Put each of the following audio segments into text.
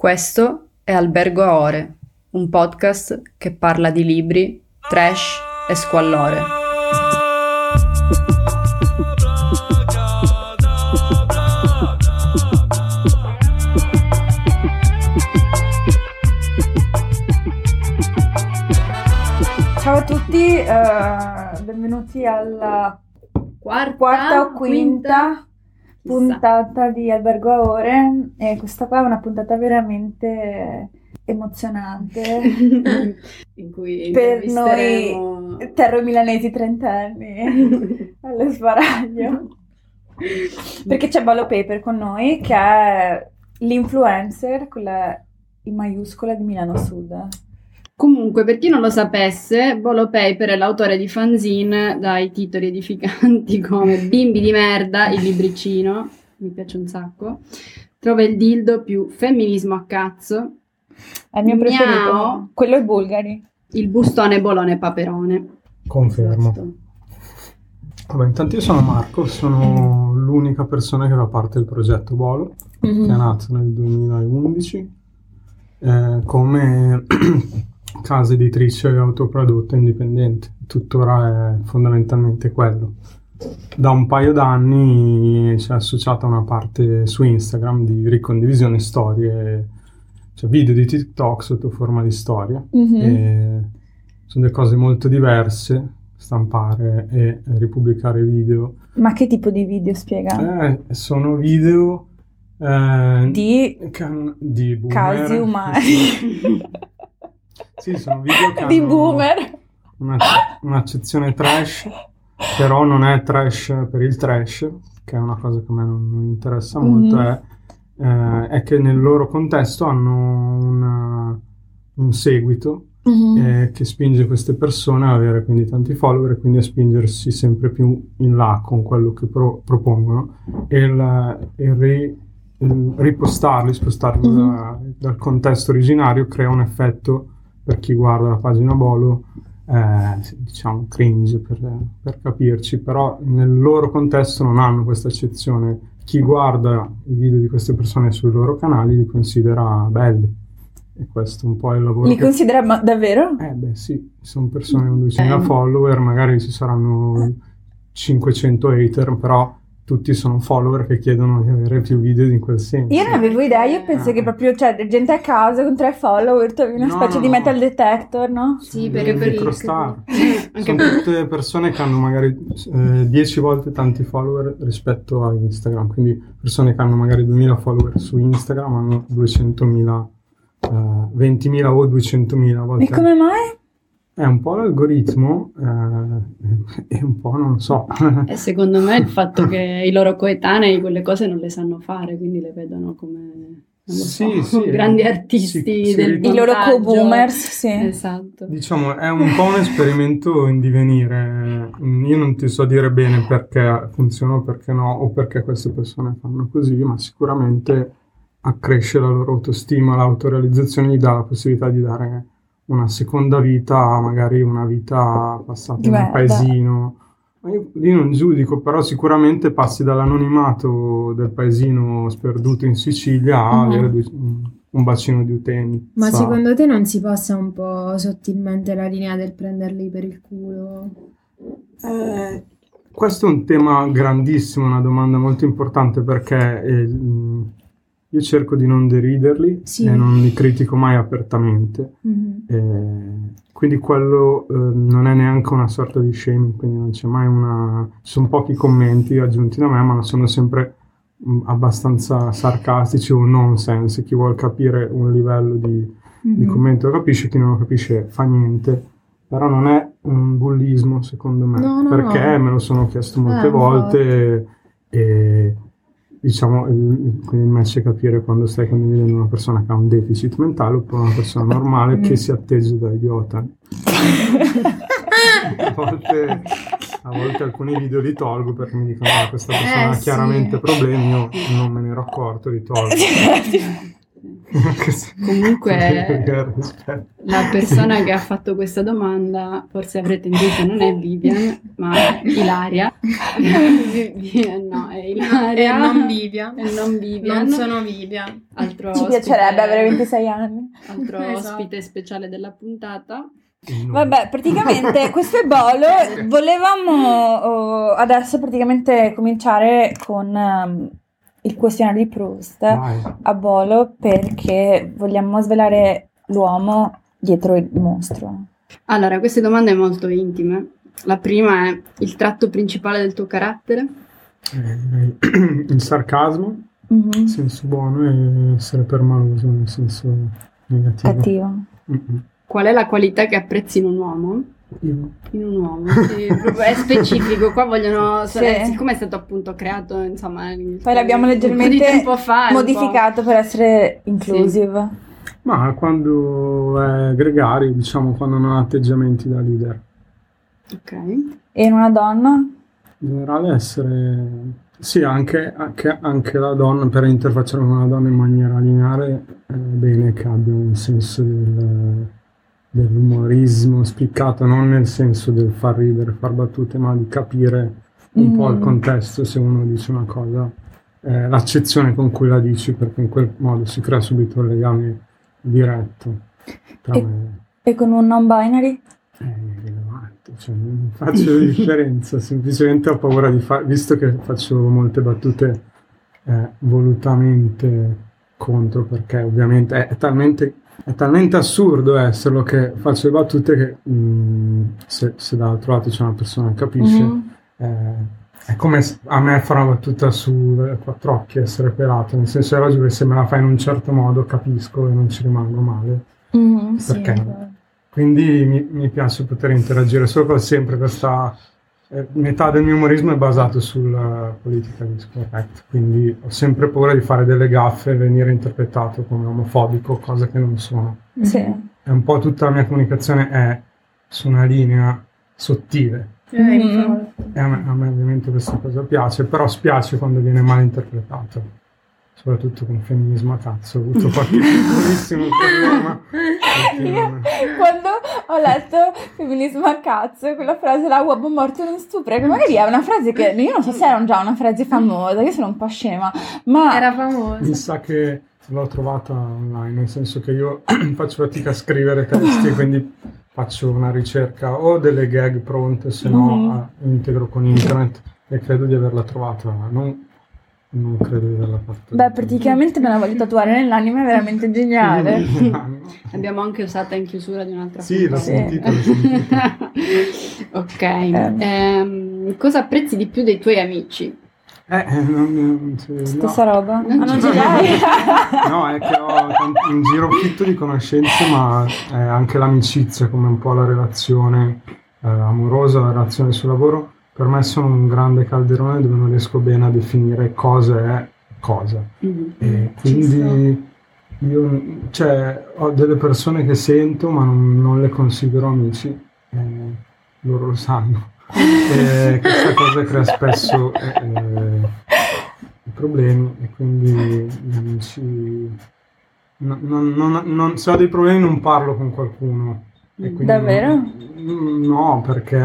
Questo è Albergo a Ore, un podcast che parla di libri, trash e squallore. Ciao a tutti, benvenuti alla quarta o quinta puntata di Albergo a Ore, e questa qua è una puntata veramente emozionante In cui per noi terro milanesi 30 anni allo sbaraglio, perché c'è Bolo Paper con noi, che è l'influencer, quella in maiuscola di Milano Sud. Comunque, per chi non lo sapesse, Bolo Paper è l'autore di fanzine dai titoli edificanti come Bimbi di merda, il libricino, mi piace un sacco, Trova il dildo più femminismo a cazzo, È il mio preferito, Miao, quello è Bulgari. il bustone bolone paperone. Confermo. Questo. Vabbè, intanto io sono Marco, sono l'unica persona che fa parte del progetto Bolo, che è nato nel 2011 come casa editrice autoprodotta indipendente. Tuttora è fondamentalmente quello. Da un paio d'anni si è associata a una parte su Instagram di ricondivisione storie, cioè video di TikTok sotto forma di storia. E sono delle cose molto diverse, stampare e ripubblicare video. Ma che tipo di video, spiega? Sono video Di di boomer. casi umani. Sì, sono video che Di hanno boomer. un'accezione trash, però non è trash per il trash, che è una cosa che a me non interessa molto, è che nel loro contesto hanno un seguito che spinge queste persone ad avere quindi tanti follower e quindi a spingersi sempre più in là con quello che propongono, e il ripostarli, spostarli dal contesto originario crea un effetto, per chi guarda la pagina Bolo, diciamo cringe per capirci, però nel loro contesto non hanno questa accezione. Chi guarda i video di queste persone sui loro canali li considera belli, e questo è un po' il lavoro Li considera davvero? beh sì, sono persone con 200.000 follower, magari ci saranno 500 hater, però tutti sono follower che chiedono di avere più video in quel senso. Io non avevo idea, io penso che proprio, cioè, gente a casa con 3 follower, trovi una specie di metal detector, no? Sì, perché per microstar. anche Sono tutte persone che hanno magari 10 volte tanti follower rispetto a Instagram, quindi persone che hanno magari 2.000 follower su Instagram hanno 200.000, 20.000 o 200.000 volte. E come mai? È un po' l'algoritmo e un po' non so. E secondo me il fatto che i loro coetanei quelle cose non le sanno fare, quindi le vedono come non lo so, grandi artisti del I loro montaggio. co-boomers, sì. Esatto. Diciamo, è un po' un esperimento in divenire. Io non ti so dire bene perché funziona o perché no, o perché queste persone fanno così, ma sicuramente accresce la loro autostima, l'autorealizzazione, gli dà la possibilità di dare una seconda vita, magari una vita passata in un paesino. Io lì non giudico, però sicuramente passi dall'anonimato del paesino sperduto in Sicilia a avere un bacino di utenti. Ma secondo te non si passa un po' sottilmente la linea del prenderli per il culo? Questo è un tema grandissimo, una domanda molto importante, perché io cerco di non deriderli, sì, e non li critico mai apertamente. Quindi quello non è neanche una sorta di shaming, quindi non c'è mai ci sono pochi commenti aggiunti da me, ma sono sempre abbastanza sarcastici o nonsense. Chi vuol capire un livello di commento lo capisce, chi non lo capisce fa niente. Però non è un bullismo, secondo me, perché me lo sono chiesto molte volte e diciamo, quindi mi piace capire quando stai condividendo una persona che ha un deficit mentale oppure una persona normale che si atteggia da idiota. A volte alcuni video li tolgo perché mi dicono che questa persona ha chiaramente problemi, io non me ne ero accorto, li tolgo. Comunque la persona che ha fatto questa domanda, forse avrete intuito, non è Vivian, ma è Ilaria. No, è Ilaria. E non Vivian. E non Vivian. Non sono Vivian. Altro Ci piacerebbe avere 26 anni. Altro Esatto. ospite speciale della puntata. Vabbè, praticamente questo è Bolo. Volevamo adesso praticamente cominciare con il questionario di Proust a Bolo, perché vogliamo svelare l'uomo dietro il mostro. Allora, queste domande molto intime. La prima è: il tratto principale del tuo carattere? Il sarcasmo, in senso buono, e essere permaloso nel senso negativo. Cattivo. Qual è la qualità che apprezzi in un uomo? Io. In un uomo, sì, proprio è specifico. Qua vogliono, Sì. siccome è stato appunto creato, insomma, Poi l'abbiamo un po' di leggermente tempo fa, è un modificato per essere inclusive. Ma quando è gregario, diciamo, quando non ha atteggiamenti da leader. po'. Ok. E in una donna? In generale essere... Sì, anche la donna, per interfacciare con una donna in maniera lineare, è bene che abbia un senso dell'umorismo spiccato, non nel senso del far ridere, far battute, ma di capire un po' il contesto se uno dice una cosa, l'accezione con cui la dici, perché in quel modo si crea subito un legame diretto tra me. E con un non binary? È irrilevante, cioè non faccio differenza, semplicemente ho paura di fare, visto che faccio molte battute volutamente contro, perché ovviamente è talmente assurdo esserlo che faccio le battute che se dall'altro lato c'è una persona che capisce, è come a me fare una battuta su quattro occhi, essere pelato, nel senso è logico che se me la fai in un certo modo capisco e non ci rimango male, perché quindi mi piace poter interagire, solo che sempre questa metà del mio umorismo è basato sulla politica correct, quindi ho sempre paura di fare delle gaffe e venire interpretato come omofobico, cosa che non sono. Sì. È un po' tutta la mia comunicazione è su una linea sottile. E a me ovviamente questa cosa piace, però spiace quando viene mal interpretato, soprattutto con femminismo a cazzo. Ho avuto qualche piccolissimo problema. Quando ho letto femminismo a cazzo, quella frase là, uomo morto non stupra, che magari è una frase che io non so se era già una frase famosa, io sono un po' scema, ma Era famosa. Mi sa che l'ho trovata online, nel senso che io faccio fatica a scrivere testi, quindi faccio una ricerca o delle gag pronte, se no integro con internet, e credo di averla trovata. Non credo di averla fatta. beh, praticamente me la voglio tatuare nell'anima, è veramente geniale. L'abbiamo anche usata in chiusura di un'altra Sì, l'ho puntata. sentito. Ok. Cosa apprezzi di più dei tuoi amici? Stessa roba. Non Non ce ce l'hai? No, è che ho un giro fitto di conoscenze, ma anche l'amicizia, come un po' la relazione amorosa, la relazione sul lavoro, per me sono un grande calderone dove non riesco bene a definire cosa è cosa. E quindi ho delle persone che sento, ma non le considero amici, loro lo sanno. E questa cosa crea spesso problemi, e quindi gli amici se ho dei problemi non parlo con qualcuno, e quindi Davvero? no, perché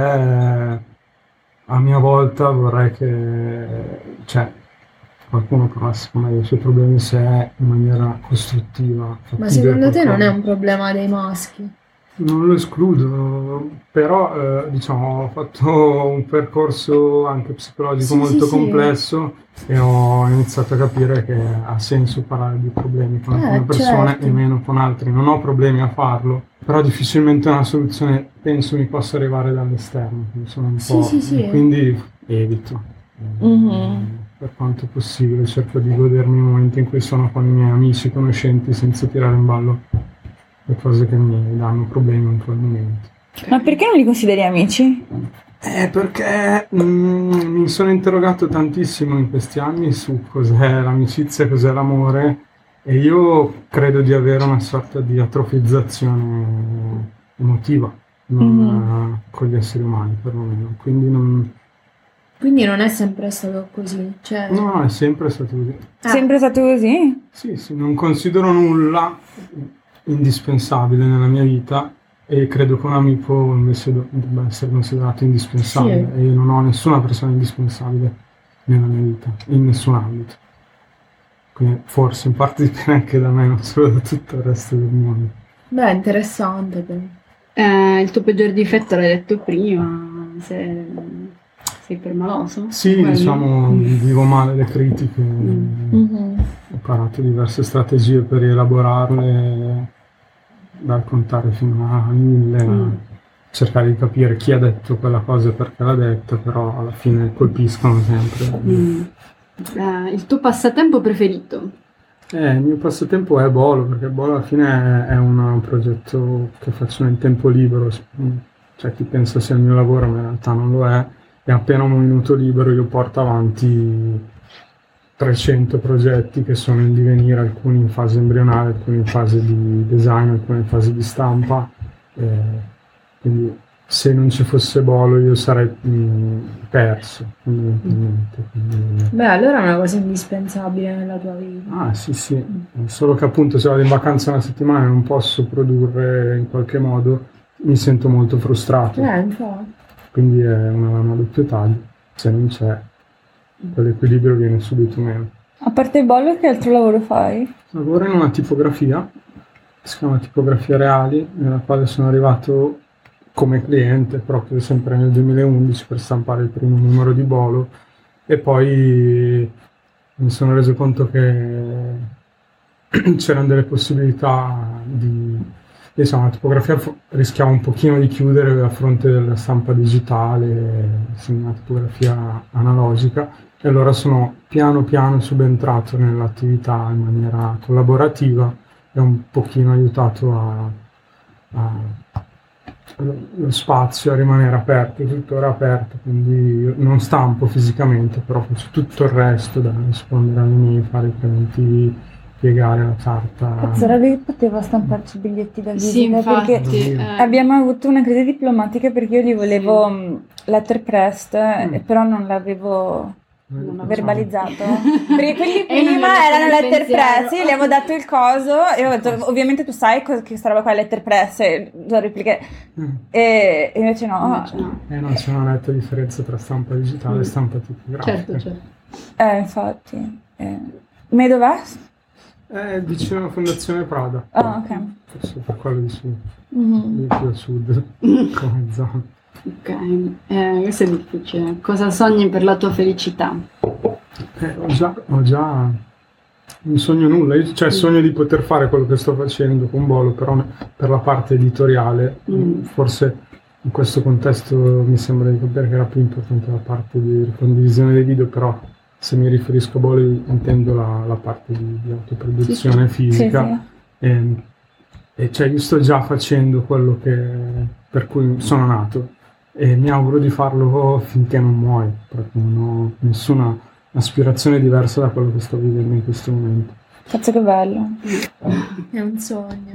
a mia volta vorrei che qualcuno parlasse con me dei suoi problemi, se è in maniera costruttiva. Ma secondo te non è un problema dei maschi? Non lo escludo, però diciamo ho fatto un percorso anche psicologico molto complesso, e ho iniziato a capire che ha senso parlare di problemi con alcune persone, certo. e meno con altre. Non ho problemi a farlo, però difficilmente una soluzione penso mi possa arrivare dall'esterno, sono un po', Sì. quindi evito. Per quanto possibile cerco di godermi i momenti in cui sono con i miei amici, conoscenti, senza tirare in ballo le cose che mi danno problemi in quel momento. Ma perché non li consideri amici? Perché mi sono interrogato tantissimo in questi anni su cos'è l'amicizia, cos'è l'amore, e io credo di avere una sorta di atrofizzazione emotiva con gli esseri umani, perlomeno. Quindi Quindi non è sempre stato così, cioè... No, è sempre stato così. Sempre stato così? Sì, non considero nulla indispensabile nella mia vita e credo che un amico invece debba essere considerato indispensabile. Sì. E io non ho nessuna persona indispensabile nella mia vita, in nessun ambito. Quindi forse in parte dipende anche da me, non solo da tutto il resto del mondo. Beh, interessante però. Il tuo peggior difetto l'hai detto prima, sei permaloso? Sì, Quello? diciamo, vivo male le critiche, ho imparato diverse strategie per rielaborarle, dal contare fino a 1000, cercare di capire chi ha detto quella cosa e perché l'ha detta, però alla fine colpiscono sempre. Il tuo passatempo preferito? Il mio passatempo è Bolo, perché Bolo alla fine è un progetto che faccio nel tempo libero, cioè chi pensa sia il mio lavoro ma in realtà non lo è, e appena un minuto libero io porto avanti 300 progetti che sono in divenire, alcuni in fase embrionale, alcuni in fase di design, alcuni in fase di stampa, quindi se non ci fosse Bolo io sarei perso fondamentalmente. Beh, allora è una cosa indispensabile nella tua vita. Ah sì, solo che appunto se vado in vacanza una settimana e non posso produrre in qualche modo, mi sento molto frustrato. Infatti. Quindi è una lama a doppio taglio, se non c'è, quell'equilibrio viene subito meno. A parte il bollo, che altro lavoro fai? Lavoro in una tipografia, si chiama Tipografia Reali, nella quale sono arrivato come cliente proprio sempre nel 2011 per stampare il primo numero di Bolo, e poi mi sono reso conto che c'erano delle possibilità insomma, la tipografia rischiava un pochino di chiudere a fronte della stampa digitale, una tipografia analogica, e allora sono piano piano subentrato nell'attività in maniera collaborativa e un pochino aiutato lo spazio a rimanere aperto, tuttora aperto, quindi io non stampo fisicamente, però faccio tutto il resto, da rispondere alle mail, fare i preventivi, piegare la carta. Cazzarola, che poteva stamparci i biglietti da visita, Sì, infatti. perché abbiamo avuto una crisi diplomatica perché io li volevo letterpressed, però non l'avevo verbalizzato, perché quelli prima erano letterpress, io gli avevo dato il coso e ho detto ovviamente tu sai che questa roba qua è letterpress, e lo repliche, e invece no. Non c'è una netta differenza tra stampa digitale e stampa tipografica. Certo. Infatti. Ma dov'è? Vicino alla Fondazione Prada. Ah, ok. Forse per quello di sud, di più a sud come zona. Ok, questo è difficile. Cosa sogni per la tua felicità? Ho già non sogno nulla, io sogno di poter fare quello che sto facendo con Bolo, però per la parte editoriale, forse in questo contesto mi sembra di capire che era più importante la parte di condivisione dei video, però se mi riferisco a Bolo intendo la parte di autoproduzione fisica. Sì. E cioè io sto già facendo quello per cui sono nato e mi auguro di farlo finché non muoio, proprio non ho nessuna aspirazione diversa da quello che sto vivendo in questo momento. Cazzo che bello. È un sogno.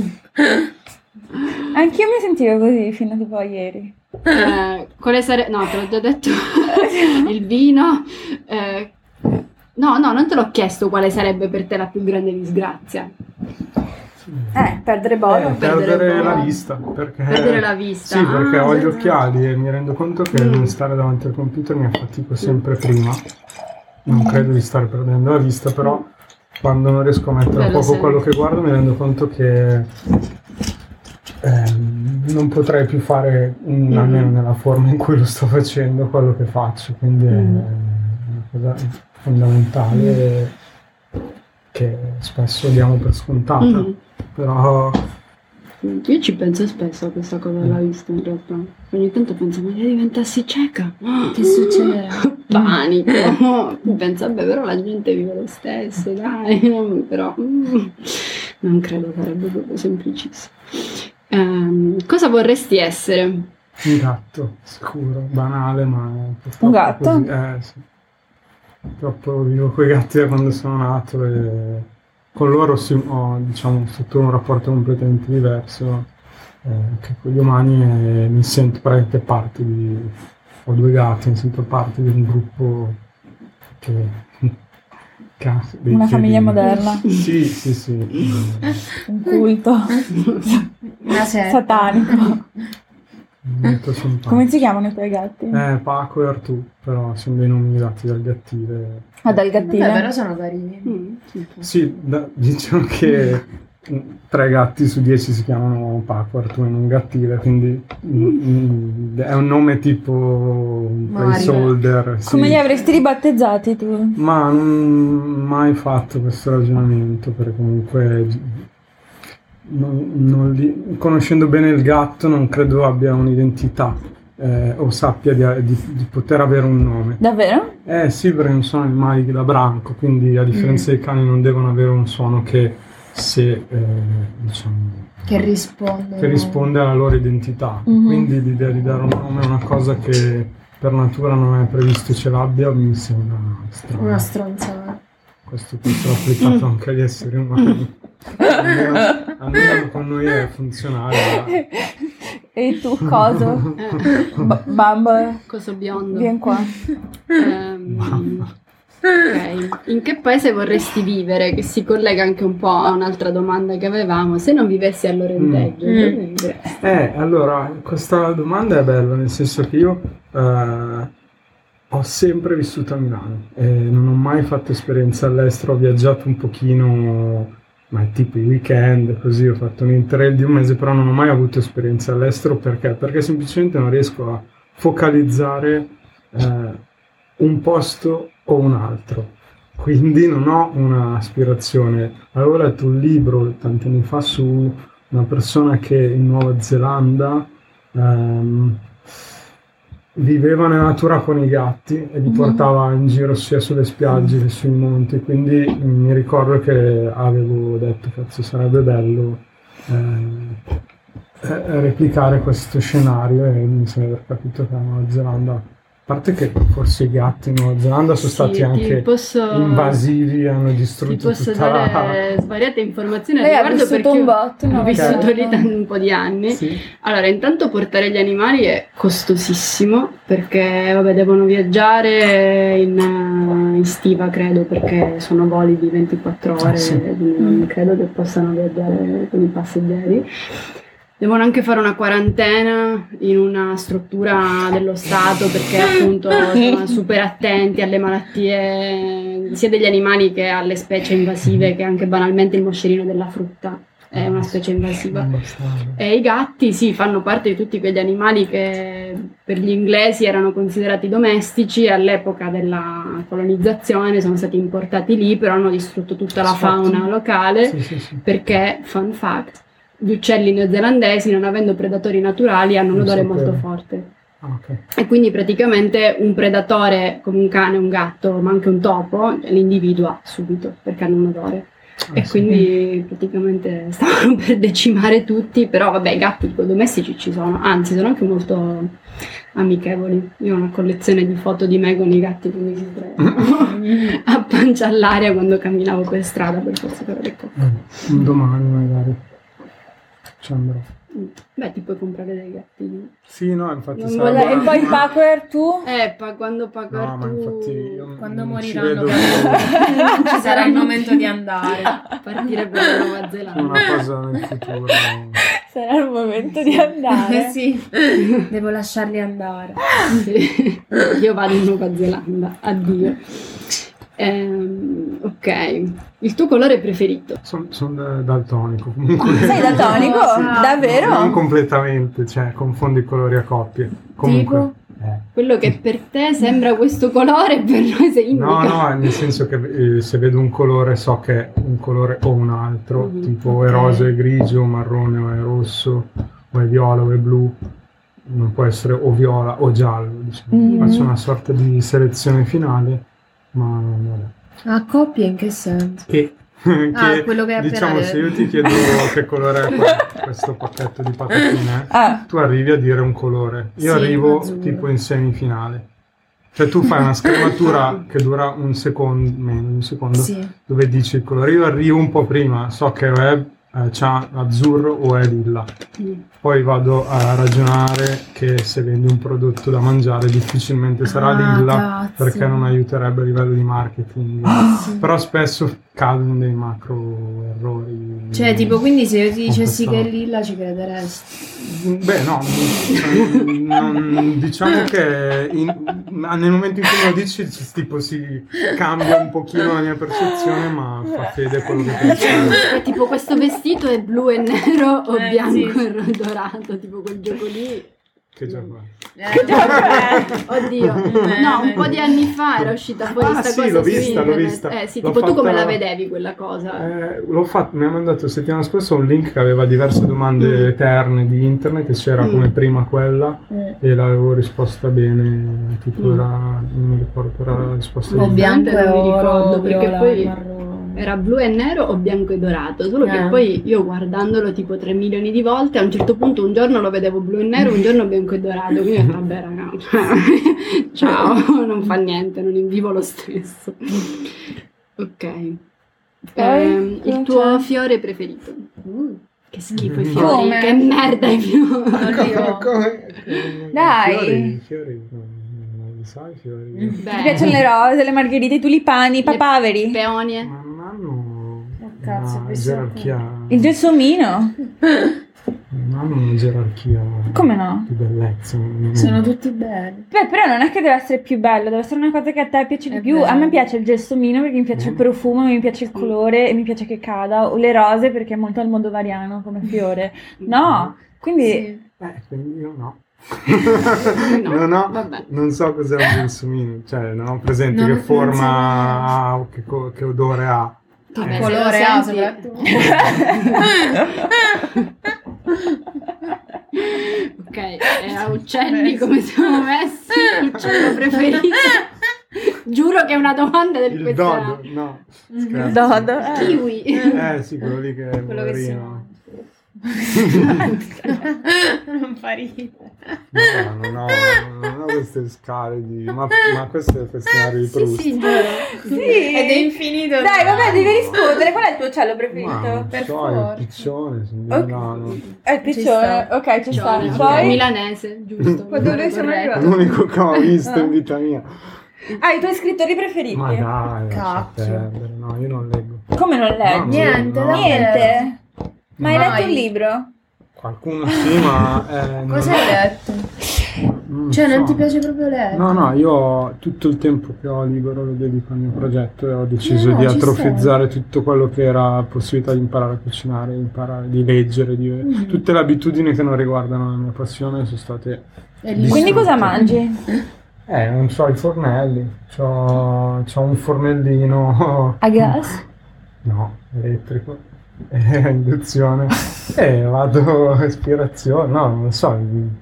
Anch'io mi sentivo così fino tipo a ieri. Quale sarebbe... No, te l'ho già detto. Il vino. No, non te l'ho chiesto quale sarebbe per te la più grande disgrazia. Perdere Bolo. Perdere la vista. Perdere la vista. Sì, perché ho gli occhiali e mi rendo conto che non stare davanti al computer mi affatico sempre prima. Non credo di stare perdendo la vista, però quando non riesco a mettere a poco quello che guardo mi rendo conto che non potrei più fare, almeno nella forma in cui lo sto facendo, quello che faccio, quindi è una cosa fondamentale che spesso diamo per scontata, però io ci penso spesso a questa cosa della vista, in realtà ogni tanto penso, ma io diventassi cieca, che succede? Panico. Penso, vabbè, però la gente vive lo stesso, dai, però non credo sarebbe proprio semplicissimo. Cosa vorresti essere? Un gatto, sicuro, banale, ma un gatto? Così, sì. Purtroppo vivo con i gatti da quando sono nato e con loro ho, diciamo, tutto un rapporto completamente diverso che con gli umani, e mi sento praticamente parte ho 2 gatti, mi sento parte di un gruppo una famiglia moderna. Sì. Un culto. Una setta. Satanico. Molto simpatico. Come si chiamano i tuoi gatti? Paco e Artù, però sono dei nomi dati dal gattile. Dal gattile? Però sono carini. Sì, diciamo che 3 gatti su 10 si chiamano Paco, Artù in un gattile, quindi è un nome tipo un placeholder. Sì. Come li avresti ribattezzati tu? Ma non ho mai fatto questo ragionamento, perché comunque conoscendo bene il gatto non credo abbia un'identità o sappia di poter avere un nome. Davvero? Sì, perché non sono animali da branco, quindi a differenza dei cani non devono avere un suono che risponde alla loro identità. Quindi l'idea di dare un nome a una cosa che per natura non è previsto ce l'abbia mi sembra strano. Una stronzata. Questo può essere applicato anche agli esseri umani. Almeno con noi è funzionale. E tu coso? Bamba. Coso biondo. Vieni qua. Ok, in che paese vorresti vivere? Che si collega anche un po' a un'altra domanda che avevamo. Se non vivessi a Lorenteggio, dove vivresti? Allora, questa domanda è bella, nel senso che io ho sempre vissuto a Milano e non ho mai fatto esperienza all'estero, ho viaggiato un pochino, ma tipo i weekend, così ho fatto un interrail di un mese, però non ho mai avuto esperienza all'estero. Perché semplicemente non riesco a focalizzare un posto o un altro, quindi non ho un'aspirazione. Avevo letto un libro tanti anni fa su una persona che in Nuova Zelanda viveva nella natura con i gatti e li portava in giro sia sulle spiagge che sui monti, quindi mi ricordo che avevo detto cazzo sarebbe bello replicare questo scenario, e mi sembra di aver capito che la Nuova Zelanda, a parte che forse i gatti in Nuova Zelanda sono stati anche invasivi, hanno distrutto ti posso tutta dare svariate informazioni al Lei ha riguardo, vissuto perché un botto, ho vissuto lì un po' di anni. Sì. Allora, intanto portare gli animali è costosissimo, perché vabbè, devono viaggiare in stiva, credo, perché sono voli di 24 ore, quindi non credo che possano viaggiare con i passeggeri. Devono anche fare una quarantena in una struttura dello Stato, perché appunto sono super attenti alle malattie sia degli animali che alle specie invasive, che anche banalmente il moscerino della frutta è una specie invasiva. E i gatti fanno parte di tutti quegli animali che per gli inglesi erano considerati domestici, e all'epoca della colonizzazione sono stati importati lì, però hanno distrutto tutta la fauna locale, perché, fun fact, gli uccelli neozelandesi, non avendo predatori naturali, hanno un odore molto forte. E quindi praticamente un predatore come un cane, un gatto, ma anche un topo, li individua subito perché hanno un odore. Quindi praticamente stavano per decimare tutti, però vabbè, i gatti domestici ci sono, anzi sono anche molto amichevoli. Io ho una collezione di foto di me con i gatti che mi si sdraiano a pancia all'aria quando camminavo per strada, per forza per le coppe. Domani magari ci andrò. Beh, ti puoi comprare dei gattini. Sì, no, infatti E poi il Paco e Artù? Quando Paco No, ma Artù... infatti io Quando non ci moriranno, vedo. ci sarà il momento di andare. partire per la Nuova Zelanda. Una cosa nel futuro. Sarà il momento di andare. Sì, devo lasciarli andare. Sì. Io vado in Nuova Zelanda, addio. Ok, il tuo colore preferito? Sono daltonico comunque. Sei daltonico? Davvero? Non completamente, cioè confondo i colori a coppie. Comunque, Quello che per te sembra questo colore, per noi sei indica. No, nel senso che se vedo un colore so che è un colore o un altro, tipo è rosa e grigio, o marrone o è rosso, o è viola o è blu. Non può essere o viola o giallo, diciamo. Faccio una sorta di selezione finale, ma vabbè. A coppie in che senso? Quello che hai diciamo, appena se io ti chiedo che colore è questo pacchetto di patatine, tu arrivi a dire un colore. Io arrivo azzurro. tipo in semifinale. Cioè tu fai una scrematura che dura un secondo, meno di un secondo, dove dici il colore. Io arrivo un po' prima, so che è c'ha azzurro o è lilla. Poi vado a ragionare che se vendi un prodotto da mangiare difficilmente sarà lilla, cazzo. perché non aiuterebbe a livello di marketing. Però spesso cado in dei macro errori. Cioè, tipo, quindi se io ti Con dicessi questa- che è lilla ci crederesti. Beh, no, diciamo che nel momento in cui me lo dici, tipo si cambia un pochino la mia percezione, ma fa fede a quello che penso. È tipo questo vestito è blu e nero o bianco sì. e dorato, tipo quel gioco lì. Che gioco è? Oddio, no, un po' di anni fa era uscita fuori Ah, questa sì, cosa l'ho su vista, l'ho internet. vista. Sì, L'ho tipo tu come fatta- la vedevi quella cosa? L'ho fatto, mi ha mandato settimana scorsa un link che aveva diverse domande eterne di internet e c'era come prima quella e l'avevo risposta bene, tipo era, non mi ricordo, era la risposta O di bianco e non mi oro, ricordo, perché viola, poi marrone. era blu e nero o bianco e dorato, solo che poi io guardandolo tipo 3 milioni di volte, a un certo punto un giorno lo vedevo blu e nero, un giorno bianco e dorato, quindi vabbè raga, ciao, non fa niente, non in vivo lo stesso. Ok. Il tuo fiore preferito? Che schifo i fiori, Come? che merda i fiori. Dai. Fiori, non li sai, fiori. Beh, Ti piacciono le rose, le margherite, i tulipani, i papaveri? peonie. Ma non hanno cazzo, una questo- gerarchia. Il gelsomino? Non hanno una gerarchia Come no? di bellezza. Sono tutti belli. Beh, però non è che deve essere più bello, deve essere una cosa che a te piace di È più. vero. A me piace il gelsomino perché mi piace il profumo, mi piace il colore e mi piace che cada. O le rose perché è molto almodovariano come fiore. No, quindi Quindi io no. No, non, ho- vabbè. non so cos'è un gelsomino, cioè non ho presente Non che lo forma ha o che odore ha. Vabbè, Colore se lo ha senti- soprattutto. Ok, a uccelli come siamo messi? Uccello preferito? Giuro che è una domanda del Il questionario. dodo, no. il Scherzo. dodo. Kiwi. Sì, quello lì che è Quello che si poverino. Non fa ridere. No, non ho queste scale di... Ma questo è il questionario di Proust. Sì, giuro. Sì. Ed è infinito. Dai, vabbè, devi rispondere. Qual è il tuo uccello Ma preferito? non per so, forza. il piccione, sono di Ok. Milano. È il piccione. sta. Ok, ci sta. Cioè, Poi milanese, giusto. Ma dove siamo Corretto. arrivati? L'unico che ho visto in vita mia. i tuoi scrittori preferiti? Ma dai, lascia Cacchio. perdere. No, io non leggo. Come non leggi? No, Niente, no. davvero. Niente. Ma hai Mai. letto un libro? Qualcuno sì, ma... Cosa hai letto? Cioè, non ti piace proprio leggere? No, io tutto il tempo che ho libero lo dedico al mio progetto e ho deciso No, di ci atrofizzare tutto quello che era possibilità di imparare a cucinare, di leggere, tutte le abitudini che non riguardano la mia passione sono state... Quindi cosa mangi? Non so, i fornelli. C'ho un fornellino... A gas? No, elettrico. Induzione. Vado a ispirazione. No, non lo so.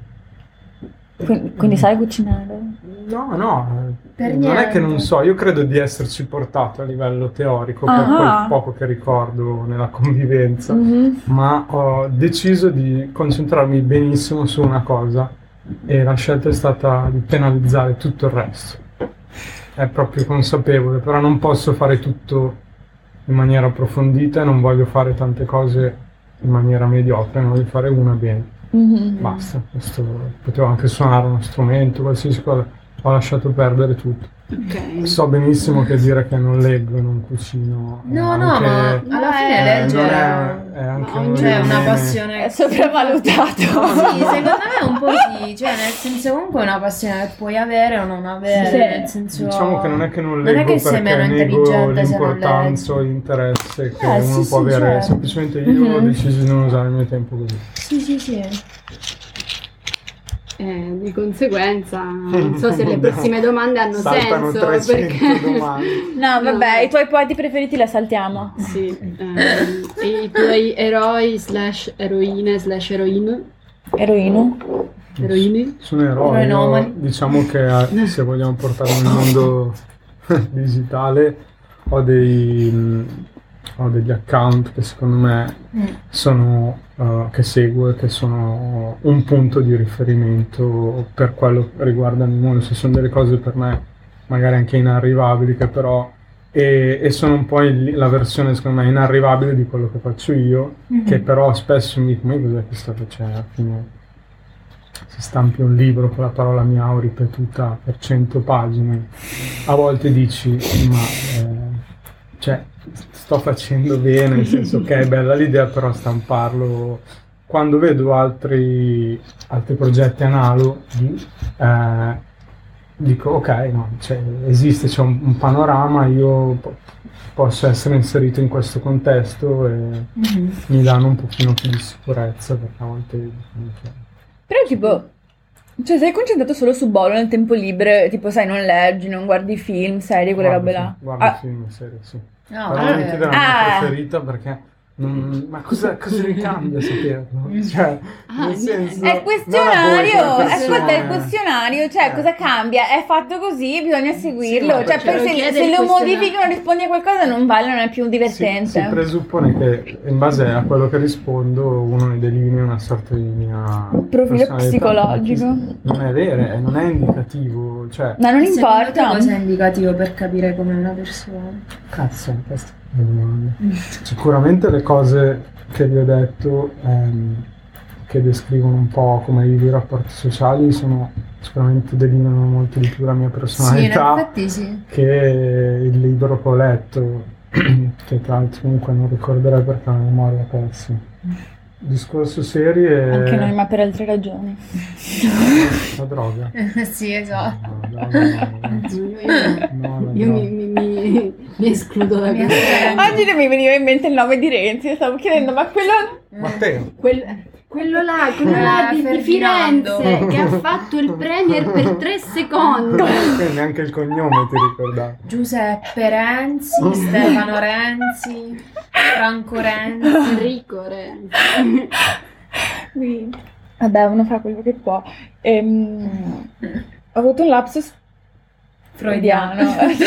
Quindi sai cucinare? No, Per non è che niente. non so, io credo di esserci portato a livello teorico per Ah. quel poco che ricordo nella convivenza, Mhm. ma ho deciso di concentrarmi benissimo su una cosa e la scelta è stata di penalizzare tutto il resto. È proprio consapevole, però non posso fare tutto in maniera approfondita e non voglio fare tante cose in maniera mediocre, ne voglio fare una bene. Mhm. Basta, potevo anche suonare uno strumento, qualsiasi cosa, ho lasciato perdere tutto. Ok. So benissimo che dire che non leggo e non cucino è No, anche- ma alla fine non leggere è anche no, un cioè, è una meme. passione. È sopravvalutato. Sì, secondo me un po' sì, cioè nel senso comunque è una passione che puoi avere o non avere, Sì. nel senso... Diciamo che non è che non Non è leggo che sei perché meno nego intelligente se non l'importanza o leggi. l'interesse che Sì, uno sì, può avere, certo. semplicemente io ho Mhm. deciso di non usare il mio tempo così. Sì. Di conseguenza, non so se le prossime domande hanno Saltano senso. 300 Perché... domande. No, vabbè, i tuoi poeti preferiti la saltiamo. Sì, e i tuoi eroi slash eroine slash eroine, Eroino. eroini? Sono eroi, Fenomeni. diciamo che se vogliamo portare nel mondo digitale ho degli account che secondo me sono che seguo e che sono un punto di riferimento per quello che riguarda il mondo. Se sono delle cose per me magari anche inarrivabili, che però e sono un po' la versione secondo me inarrivabile di quello che faccio io, che però spesso mi dico, ma cos'è che sto facendo? Alla fine si stampi un libro con la parola miau ripetuta per 100 pagine, a volte dici, ma cioè, sto facendo bene, nel senso che è bella l'idea, però stamparlo. Quando vedo altri progetti analoghi, dico ok, no, cioè, esiste, c'è un panorama, io posso essere inserito in questo contesto e mi danno un pochino più di sicurezza, perché a volte Però tipo, cioè sei concentrato solo su Bolo nel tempo libero, tipo sai, non leggi, non guardi film, serie, quelle robe là. Guardo film, serie, sì. No, Però non mi chiedere la mia preferita perché ma cosa ricambia saperlo? Cioè, nel senso, È il questionario, non a voi come ascolta, è il persone. questionario, cioè cosa cambia? È fatto così, bisogna seguirlo, ma cioè perché- poi chiede se il lo questionario. modifichi o non rispondi a qualcosa non vale, non è più divertente. Si presuppone che in base a quello che rispondo uno ne delinei una sorta di mia Profilo personalità. psicologico. Non è vero, non è indicativo, cioè Ma non Secondo te importa. cosa è indicativo per capire com'è una persona? cazzo, questa è una domanda. Sicuramente le cose che vi ho detto che descrivono un po' come vivo i rapporti sociali sicuramente delineano molto di più la mia Sì, in personalità effetti sì. che il libro che ho letto, che tra l'altro comunque non ricorderei perché ho una memoria pessima. Discorso serie Anche noi, ma per altre ragioni. la droga. Sì, esatto. No, la droga no, ragazzi. No, la Io droga. mi escludo da Mi questo. Oggi non mi veniva in mente il nome di Renzi, stavo chiedendo, ma quello... Matteo. Quello là di Ferdinando. Firenze che ha fatto il premier per 3 secondi. Che neanche il cognome ti ricordavi. Giuseppe Renzi, Stefano Renzi, Franco Renzi. Enrico Renzi. Vabbè, uno fa quello che può. Ho avuto un lapsus freudiano.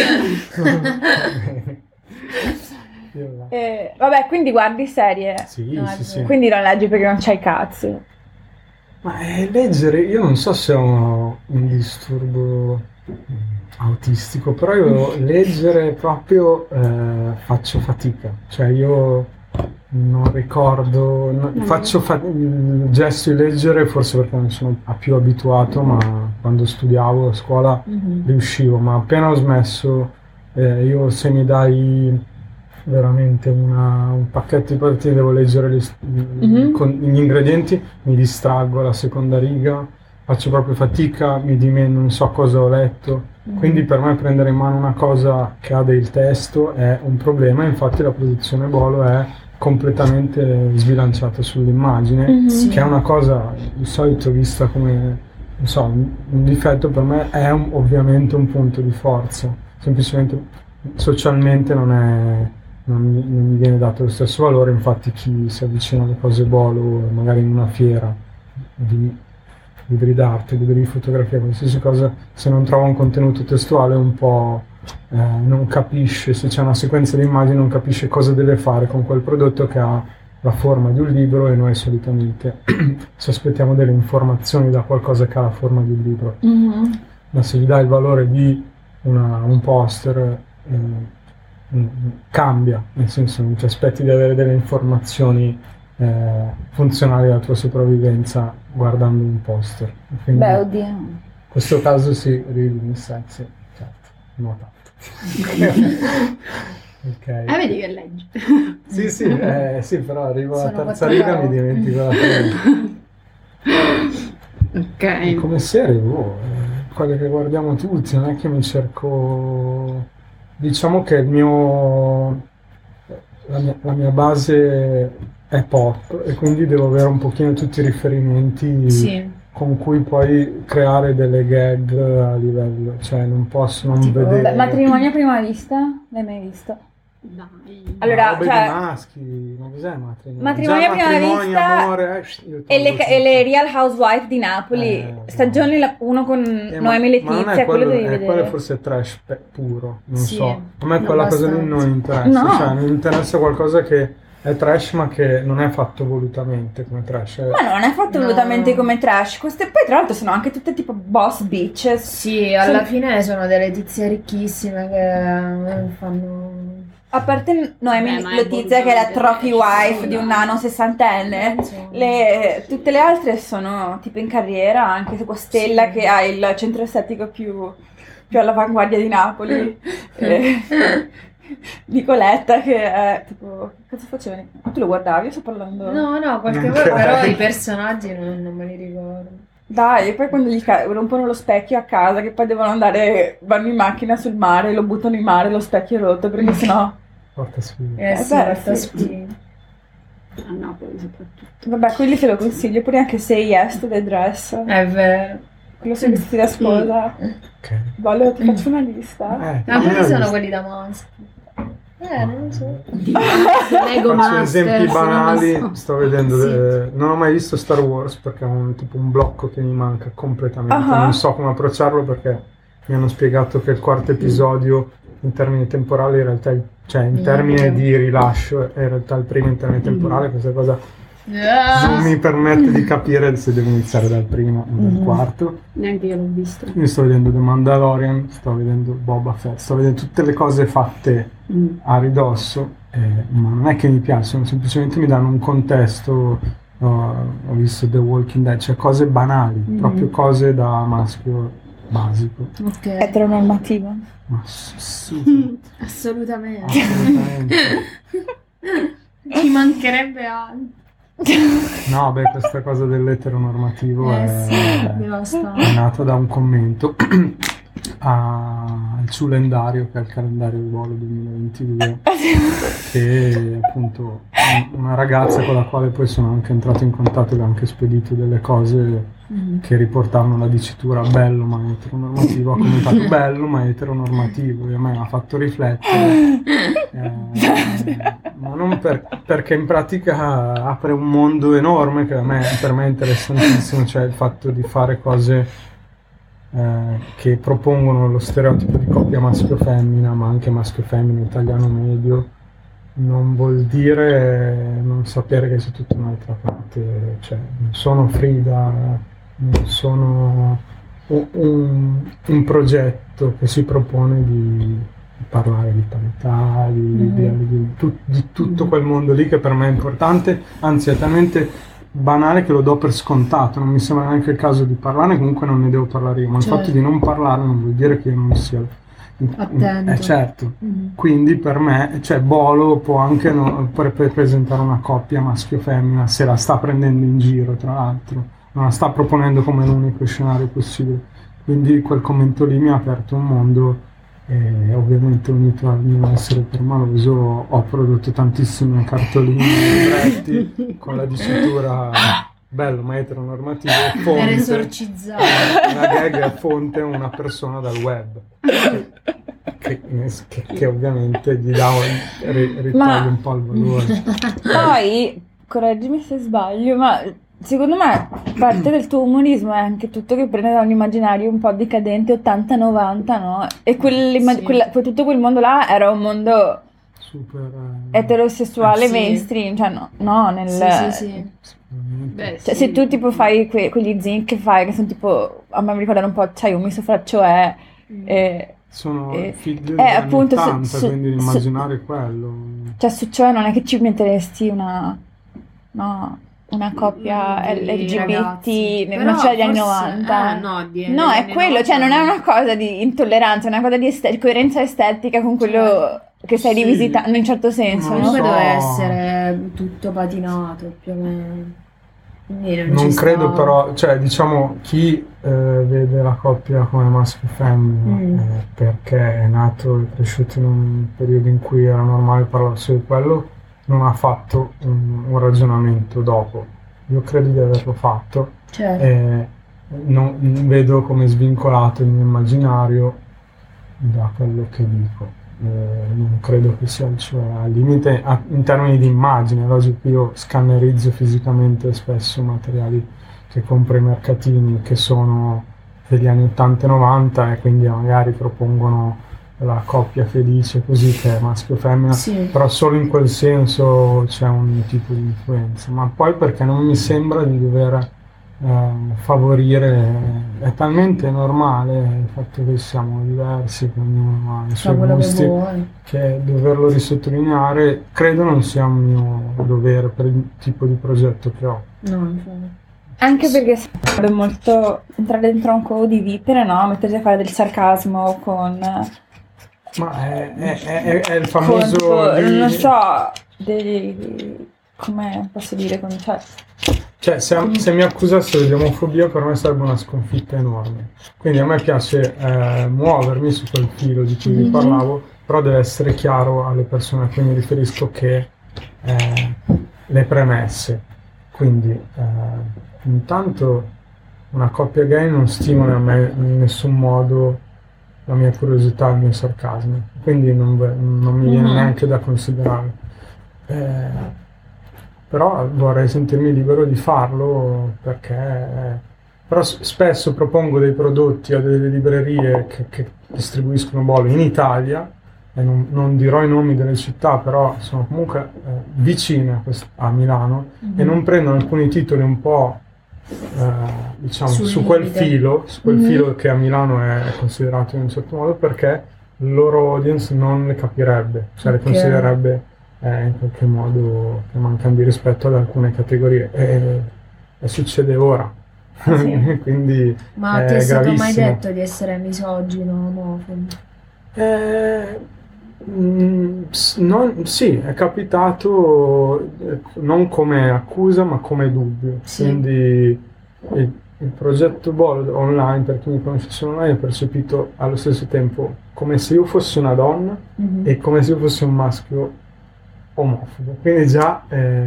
Io là. Vabbè, quindi guardi serie. Sì, No, sì, è sì. Quindi non leggi perché non c'hai cazzo. Ma leggere, io non so se ho un disturbo autistico, però io leggere proprio faccio fatica. Cioè io non ricordo, faccio il gesto di leggere forse perché non sono più abituato, ma quando studiavo a scuola riuscivo, ma appena ho smesso, io se mi dai veramente un pacchetto di patatine, devo leggere con gli ingredienti, mi distraggo alla seconda riga, faccio proprio fatica, non so cosa ho letto, quindi per me prendere in mano una cosa che ha del testo è un problema, infatti la produzione Bolo è completamente sbilanciata sull'immagine, che è una cosa di solito vista come, non so, un difetto, per me è ovviamente un punto di forza, semplicemente socialmente non mi viene dato lo stesso valore, infatti chi si avvicina alle cose Bolo, magari in una fiera di libri d'arte, libri di fotografia, qualsiasi cosa, se non trova un contenuto testuale un po' non capisce, se c'è una sequenza di immagini non capisce cosa deve fare con quel prodotto che ha la forma di un libro, e noi solitamente ci aspettiamo delle informazioni da qualcosa che ha la forma di un libro, ma se gli dai il valore di un poster cambia, nel senso non ti aspetti di avere delle informazioni funzionali alla tua sopravvivenza guardando un poster. Quindi, Beh, oddio. in questo caso sì, reading sexy, certo, notato. Ok. Vedi che leggi. Sì, però arrivo alla Sono terza quattro riga ore. mi dimentico la prima. Ok. Come serie, quelle che guardiamo tutti, non è che mi cerco, diciamo che la mia base è pop e quindi devo avere un pochino tutti i riferimenti Sì. con cui poi creare delle gag a livello, cioè non posso non Tipo, vedere Matrimonio a prima vista? L'hai mai visto? Dai. Allora, robe cioè- di maschi, ma cos'è matrimonio? Matrimonio Già a prima matrimonio, vista amore, io E le, tolgo e le tutto. Real Housewife di Napoli, stagione 1 con Noemi ma non è Letizia, quello devi vedere. quello è forse trash puro, non Sì, so. A me quella cosa lì abbastanza. non interessa, No. cioè mi interessa qualcosa che è trash, ma che non è fatto volutamente come trash. Ma non è fatto volutamente come trash. Queste poi tra l'altro sono anche tutte tipo boss bitches. Sì, alla fine sono delle tizie ricchissime che fanno... A parte Noemi Letizia, che è la trophy wife di un nano sessantenne, tutte le altre sono tipo in carriera, anche su Stella che ha il centro estetico più all'avanguardia di Napoli. Nicoletta che è tipo... Cosa facevi? Tu lo guardavi? Io sto parlando... No, qualche volta però i personaggi non me li ricordo. Dai, e poi quando gli rompono lo specchio a casa, che poi vanno in macchina sul mare, lo buttano in mare, lo specchio è rotto, perché sennò... Porta sfiga. Sì, porta sfiga. A Napoli soprattutto. Vabbè, quelli te lo consiglio, pure anche Say Yes to the Dress. È vero. Quello sei vestiti da sposa. Ok. Voglio, ti faccio una lista. Ma quelli sono quelli da maschio. Non lo so. Lego Faccio Master, esempi banali, non lo so. sto vedendo, non ho mai visto Star Wars perché è tipo un blocco che mi manca completamente, non so come approcciarlo perché mi hanno spiegato che il quarto episodio in termini temporali in realtà, cioè in termini di rilascio è in realtà il primo in termini temporali, questa cosa non mi permette di capire se devo iniziare dal primo o dal quarto. Neanche io l'ho visto. Io sto vedendo The Mandalorian, sto vedendo Boba Fett, sto vedendo tutte le cose fatte a ridosso, ma non è che mi piacciono, semplicemente mi danno un contesto. Ho visto The Walking Dead, cioè cose banali, proprio cose da maschio basico. Ok. Eteronormativo. Ma assolutamente. Assolutamente. Ci mancherebbe altro. No, beh, questa cosa dell'eteronormativo è nata da un commento al Ciulendario, che è il calendario di volo 2022, che appunto una ragazza con la quale poi sono anche entrato in contatto e ho anche spedito delle cose che riportavano la dicitura bello ma eteronormativo, ha commentato bello ma eteronormativo e a me mi ha fatto riflettere, ma non perché in pratica apre un mondo enorme che per me è interessantissimo, cioè il fatto di fare cose che propongono lo stereotipo di coppia maschio-femmina, ma anche maschio-femmina italiano medio, non vuol dire non sapere che c'è tutta un'altra parte, cioè non sono Frida, non sono un progetto che si propone di parlare di parità, di tutto quel mondo lì che per me è importante, anzi è talmente banale che lo do per scontato, non mi sembra neanche il caso di parlarne, comunque non ne devo parlare io, ma il fatto di non parlare non vuol dire che io non sia attento. Certo, quindi per me, cioè Bolo può anche presentare una coppia maschio-femmina se la sta prendendo in giro, tra l'altro non la sta proponendo come l'unico scenario possibile, quindi quel commento lì mi ha aperto un mondo. E ovviamente unito al mio essere permaloso ho prodotto tantissime cartoline libretti con la dicitura bello ma eteronormativo fonte, per esorcizzare una gag è fonte una persona dal web che ovviamente gli dà ritoglie un po' il valore. Poi correggimi se sbaglio, ma secondo me parte del tuo umorismo è anche tutto che prende da un immaginario un po' decadente 80-90, no? E tutto quel mondo là era un mondo super eterosessuale mainstream, cioè no nel... Sì. Beh, Cioè, se tu tipo fai quegli zine che fai, che sono tipo, a me mi ricordano un po', c'hai un misto fra Cioè... sono figli degli anni appunto 80, quindi l'immaginario è quello. Cioè su Cioè non è che ci metteresti una coppia LGBT, ragazzi. non c'è degli anni 90. No, è quello, cioè non è una cosa di intolleranza, è una cosa di coerenza estetica con quello che stai rivisitando in un certo senso, Non no? so. Deve essere tutto patinato più o meno. Quindi Non ci credo sta. però, cioè diciamo chi vede la coppia come maschio e femmina perché è nato e cresciuto in un periodo in cui era normale parlare solo di quello, non ha fatto un ragionamento dopo. Io credo di averlo fatto. Certo. Non vedo come svincolato il mio immaginario da quello che dico. Non credo che sia, cioè, al limite in termini di immagine. È logico che io scannerizzo fisicamente spesso materiali che compro ai mercatini che sono degli anni 80 e 90 e quindi magari propongono la coppia felice così che è maschio e femmina, Sì. però solo in quel senso c'è un tipo di influenza, ma poi perché non mi sembra di dover favorire, è talmente normale il fatto che siamo diversi, che ognuno ha i Fa suoi quello che gusti, vuoi. che doverlo risottolineare credo non sia un mio dovere per il tipo di progetto che ho. No, infatti. Anche perché sarebbe molto entrare dentro un covo di vipere, no? Mettersi a fare del sarcasmo con Ma è il tipo, famoso... non so, come posso dire, Cioè, se mi accusassero di omofobia per me sarebbe una sconfitta enorme. Quindi a me piace muovermi su quel filo di cui vi parlavo, però deve essere chiaro alle persone a cui mi riferisco che le premesse. Quindi intanto una coppia gay non stimola a me in nessun modo la mia curiosità, il mio sarcasmo. Quindi non mi viene neanche da considerarlo. Però vorrei sentirmi libero di farlo perché però spesso propongo dei prodotti a delle librerie che distribuiscono bollo in Italia e non dirò i nomi delle città, però sono comunque vicine a Milano e non prendono alcuni titoli un po' diciamo Sul su quel limite. filo che a Milano è considerato in un certo modo perché il loro audience non le capirebbe, cioè le Ok. considererebbe in qualche modo che mancano di rispetto ad alcune categorie e succede ora. Sì. Quindi Ma è ti è stato mai gravissimo. detto di essere misogino, omofobo? Sì, è capitato non come accusa ma come dubbio. Sì. Quindi il progetto Bold online, per chi mi conoscesse online, è percepito allo stesso tempo come se io fossi una donna e come se io fossi un maschio omofobo. Quindi già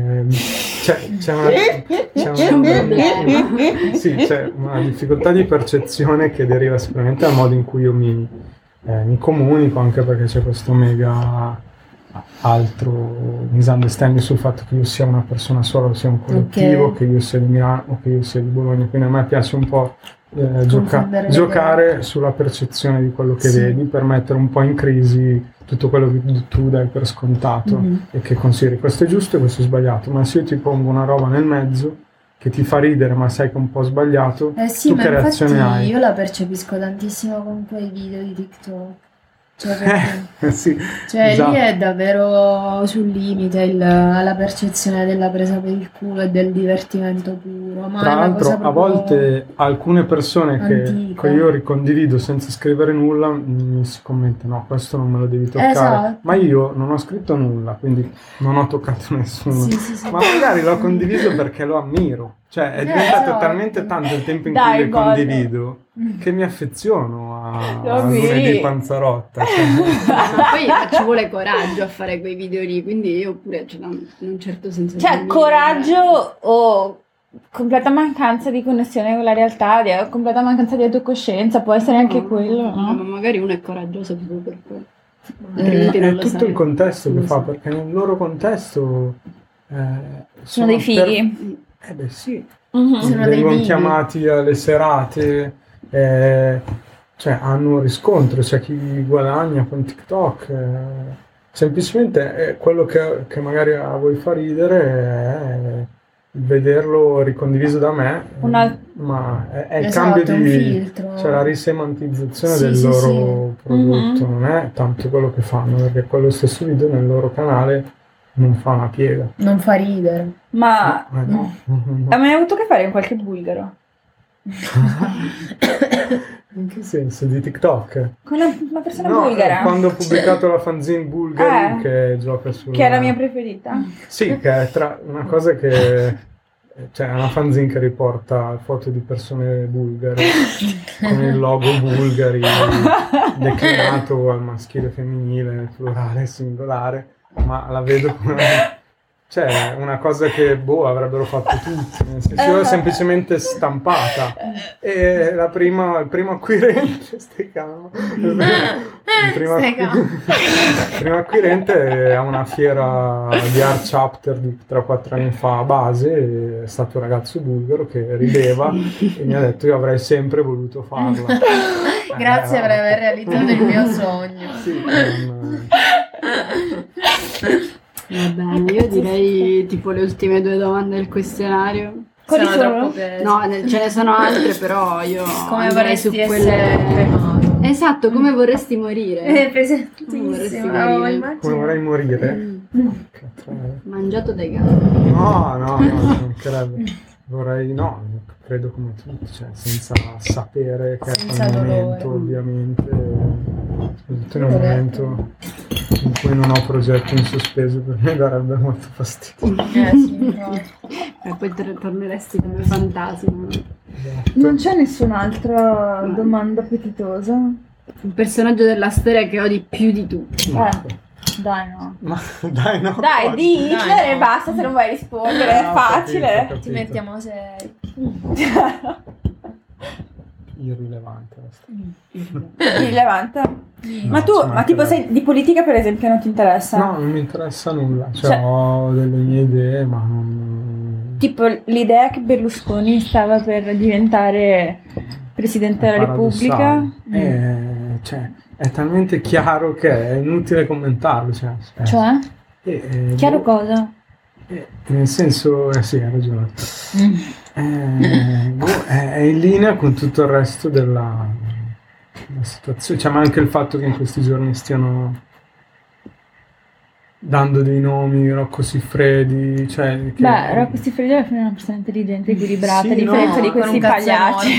c'è un problema. sì, c'è una difficoltà di percezione che deriva sicuramente dal modo in cui io mi comunico, anche perché c'è questo mega altro misunderstanding sul fatto che io sia una persona sola, sia un collettivo, Ok. che io sia di Milano o che io sia di Bologna. Quindi a me piace un po' Confondere le giocare sulla percezione di quello che Sì. vedi per mettere un po' in crisi tutto quello che tu dai per scontato e che consideri questo è giusto e questo è sbagliato. Ma se io ti pongo una roba nel mezzo che ti fa ridere ma sai che è un po' sbagliato, Sì, tu ma che infatti reazione hai? io la percepisco tantissimo con quei video di TikTok. Cioè, perché- Sì, cioè, esatto. lì è davvero sul limite la percezione della presa per il culo e del divertimento puro. Ma Tra è una l'altro, cosa a proprio volte alcune persone antica. che io ricondivido senza scrivere nulla mi si commenta: no, questo non me lo devi toccare. Esatto. Ma io non ho scritto nulla, quindi non ho toccato nessuno. Sì, sì, sì. Ma magari l'ho condiviso perché lo ammiro. Cioè, è diventato esatto. talmente tanto il tempo in Dai, cui le Bodo. condivido che mi affeziono Lo a ammiri. lunedì panzarotta. Cioè. Ma poi ci vuole coraggio a fare quei video lì, quindi io pure ce l'ho in un certo senso. di Cioè, invidia. coraggio o completa mancanza di connessione con la realtà, completa mancanza di autocoscienza, può essere anche quello, Ma no? magari uno è coraggioso proprio per quello. Altrimenti non È lo tutto sai. il contesto che Non lo fa, so. perché nel loro contesto Sono dei fighi. beh sì, Mhm. Sono dei vengono vivi. chiamati alle serate, cioè hanno un riscontro, c'è chi guadagna con TikTok, semplicemente è quello che magari a voi fa ridere è vederlo ricondiviso da me, ma è il Esatto, cambio è un di... filtro. C'è la risemantizzazione Sì, del sì, loro prodotto, Mhm. non è tanto quello che fanno, perché quello stesso video nel loro canale non fa una piega. Non fa ridere. Ma No. hai mai avuto a che fare con qualche bulgaro? In che senso? Di TikTok? Con una persona No, bulgara? quando ho pubblicato la fanzine Bulgari che gioca sulla... Che è la mia preferita. Sì, che è tra una cosa che... Cioè, è una fanzine che riporta foto di persone bulgare con il logo Bulgari declinato al maschile, femminile, plurale, singolare, ma la vedo come cioè una cosa che avrebbero fatto tutti, nel senso io l'ho semplicemente stampata e il primo acquirente il primo acquirente a una fiera di Art Chapter di 3-4 anni fa a base, è stato un ragazzo bulgaro che rideva e mi ha detto io avrei sempre voluto farlo. Grazie per aver realizzato il mio sogno. Sì, Va bene, io direi tipo le ultime 2 domande del questionario. Quali Sono sono? troppo pesi. No, ce ne sono altre, però io Come andrei su vorresti quelle. essere cremato? Esatto, come vorresti morire? Pesantissimo. come vorrei morire? Mangiato dai gatti. No, non credo. Credo come tutti, cioè senza sapere che Senza è un dolore. momento, ovviamente, soprattutto in un momento in cui non ho progetto in sospeso, per me darebbe molto fastidio. Sì, no. E poi torneresti come fantasma. Non c'è nessun'altra domanda appetitosa? Un personaggio della storia che odi più di tutti. Dai no. Ma dai, no. Dai, di Hitler no. e basta se non vuoi rispondere, è Ho facile. capito. Ti mettiamo seri. Irrilevante. Irrilevante. Ma No, tu, ci ma tipo mancherebbe. sei di politica per esempio non ti interessa? No, non mi interessa nulla, Cioè- ho delle mie idee, ma non... Tipo l'idea che Berlusconi stava per diventare Presidente È della Repubblica. paradossale. Cioè, è talmente chiaro che è inutile commentarlo. Cioè? Chiaro boh, cosa? nel senso, sì, hai ragione. È in linea con tutto il resto della situazione. Cioè, ma anche il fatto che in questi giorni stiano dando dei nomi, Rocco Siffredi, cioè... Che, Beh, Rocco Siffredi alla fine è una persona intelligente, equilibrata, Sì, a differenza no, di con questi un cazzo pagliacci.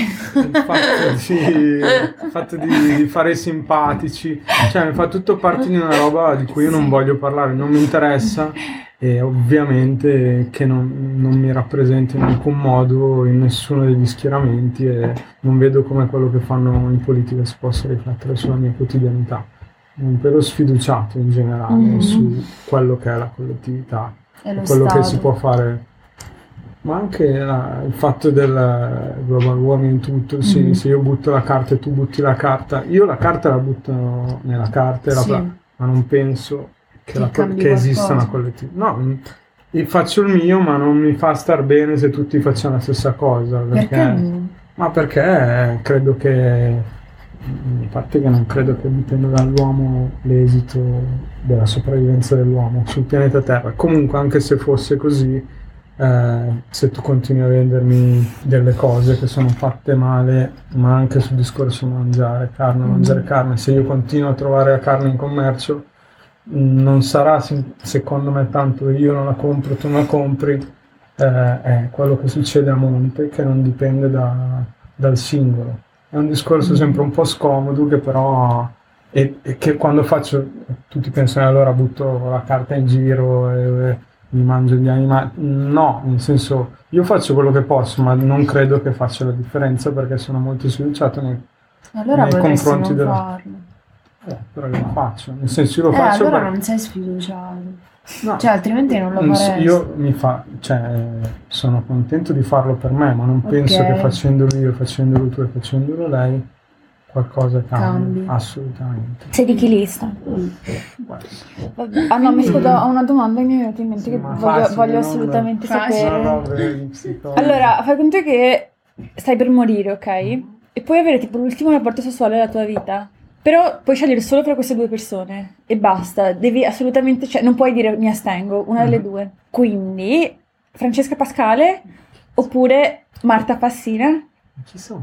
il fatto di fare simpatici, cioè mi fa tutto parte di una roba di cui io non voglio parlare, non mi interessa e ovviamente che non mi rappresenta in alcun modo in nessuno degli schieramenti e non vedo come quello che fanno in politica si possa riflettere sulla mia quotidianità. Un pelo sfiduciato in generale su quello che è la collettività E lo quello Stato. che si può fare, ma anche il fatto del global warming, tutto, sì, se io butto la carta e tu butti la carta, io la carta la butto nella carta, Sì. ma non penso Che cambi che esista qualcosa. una collettività. No, io faccio il mio, ma non mi fa star bene se tutti facciamo la stessa cosa. Perché no? Ma perché credo che, a parte che non credo che dipenda dall'uomo l'esito della sopravvivenza dell'uomo sul pianeta Terra. Comunque, anche se fosse così, se tu continui a vendermi delle cose che sono fatte male, ma anche sul discorso mangiare carne, se io continuo a trovare la carne in commercio, non sarà secondo me tanto io non la compro, tu non la compri, è quello che succede a monte che non dipende dal singolo. È un discorso sempre un po' scomodo che però e che quando faccio tutti pensano allora butto la carta in giro e mi mangio gli animali. No, nel senso io faccio quello che posso, ma non credo che faccia la differenza perché sono molto sfiduciato Allora nei potresti confronti non della... farlo. Però io lo faccio, nel senso io lo faccio Allora perché... non sei sfiduciato. No, Cioè, altrimenti non lo faresti. io sono contento di farlo per me, ma non penso Ok. che facendolo io, facendolo tu e facendolo lei qualcosa Cambi. cambi. Assolutamente. Sei di chi lista? Ah no, mi scusa, ho una domanda che mi è venuta in mente Sì, che ma voglio facile, non- assolutamente Facile. sapere. Sono robe di psicologo. Allora, fai conto che stai per morire, ok? E puoi avere tipo l'ultimo rapporto sessuale della tua vita. Però puoi scegliere solo fra queste 2 persone e basta. Devi assolutamente, cioè non puoi dire mi astengo, una delle 2. Quindi Francesca Pascale oppure Marta Fassina, Chi sono?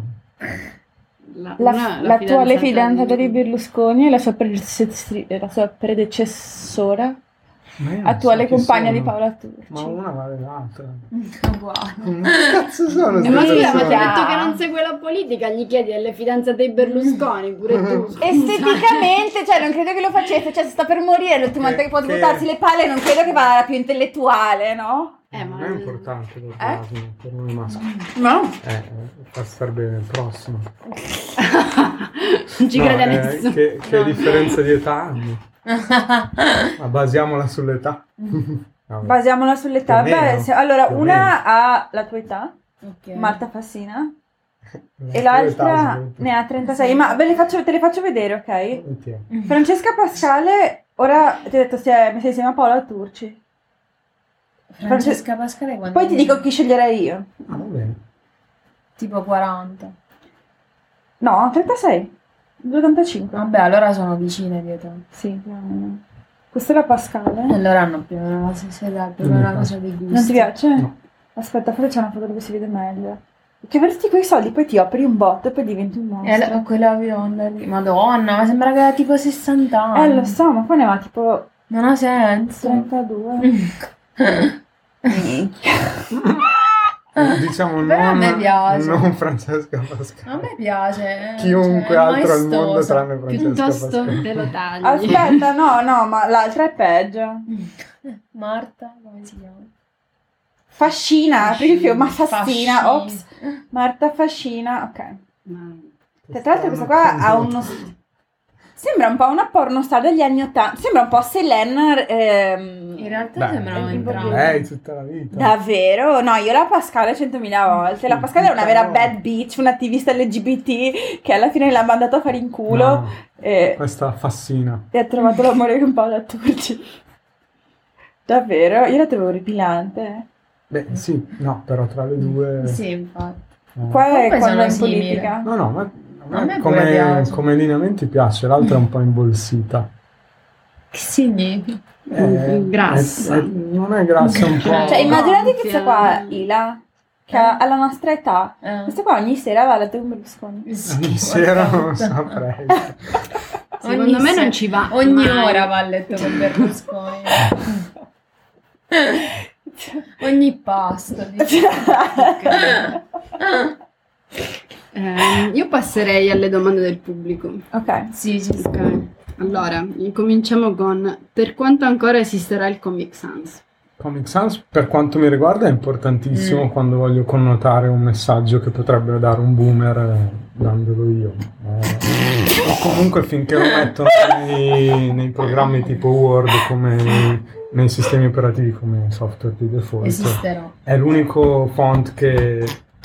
l'attuale fidanzata di Berlusconi e la sua predecessora, Ma io non attuale so chi compagna di sono. Paola Turci. Ma una vale l'altra. Uguale. Che cazzo sono? Ma queste scusa, ma ti ho persone? detto che non segue la politica, gli chiedi alle fidanzate di Berlusconi, pure tu. Esteticamente, cioè non credo che lo facesse, cioè se sta per morire l'ultima volta che può Che- svuotarsi le palle non credo che vada la più intellettuale, no? Non è importante l'orgasmo per un maschio. No? Fa star bene il prossimo. Non ci No, crede nessuno. che differenza di età hanno? Ma basiamola sull'età. Vabbè. Basiamola sull'età. Più o meno, Allora, più o una ha la tua età, Ok. Marta Fassina, La e tua l'altra età, ne ha 36. Ma te le faccio vedere, ok? sicuramente. Francesca Pascale, ora ti ho detto si è messa insieme a Paola Turci. Francesca Pascale quando Poi ti dico chi sceglierei io. Ah, va bene. tipo 40. No, 36. 85. Vabbè, allora sono vicine di età. Sì, più o meno. Questa è la Pascale. Allora hanno più o meno la stessa età, più o meno una cosa di gusto. Non ti piace? No. Aspetta, forse c'è una foto dove si vede meglio. Perché avresti quei soldi, poi ti operi un botto e poi diventi un E mostro. quella bionda lì. Madonna, ma sembra che ha tipo 60 anni. Lo so, ma poi ne va tipo Non ha senso. 32. Minchia. Diciamo Però a me piace. non Francesca A Pascale. me piace. Chiunque cioè, è altro al mondo maestosa. tranne Francesca Piuttosto Pascale. te lo tagli. Aspetta, no, ma l'altra è peggio. Marta, come si chiama? Fascina, perché ma Fassina, Fascina. ops. Marta Fascina, ok. Ma- Tra l'altro questa qua ha uno... Sembra un po' una pornostar degli anni 80. Sembra un po' Selene. In realtà Beh, sembrano in entrambi. Lei tutta la vita. Davvero? No, io la Pascale 100.000 volte. La Pascale è una vera Tutta bad bitch, un'attivista LGBT che alla fine l'ha mandato a fare in culo No, e, questa Fassina. e ha trovato l'amore con Paola Turci. Davvero? Io la trovo orripilante. Beh, sì, no, però tra le due... Sì, infatti. Qua è Comunque quando è in sono simili. politica. No, ma A me pure come, piace. come lineamenti piace, l'altra è un po' imbolsita. Che significa? Grassa. Non è grassa, è un po'... Cioè, immaginate gonfia. questa qua, Ila, che ha la nostra età. Questa qua ogni sera va a letto con Berlusconi. Ogni sera non saprei. Secondo me non ci va. Ogni mai. ora va a letto con Berlusconi. Ogni pasto. Io passerei alle domande del pubblico. Ok. Sì, ci sta. Ok. Allora, incominciamo con: per quanto ancora esisterà il Comic Sans? Comic Sans, per quanto mi riguarda, è importantissimo quando voglio connotare un messaggio che potrebbe dare un boomer dandolo io. O comunque finché lo mettono nei programmi tipo Word, come nei sistemi operativi come software di default. Esisterò. È l'unico font che...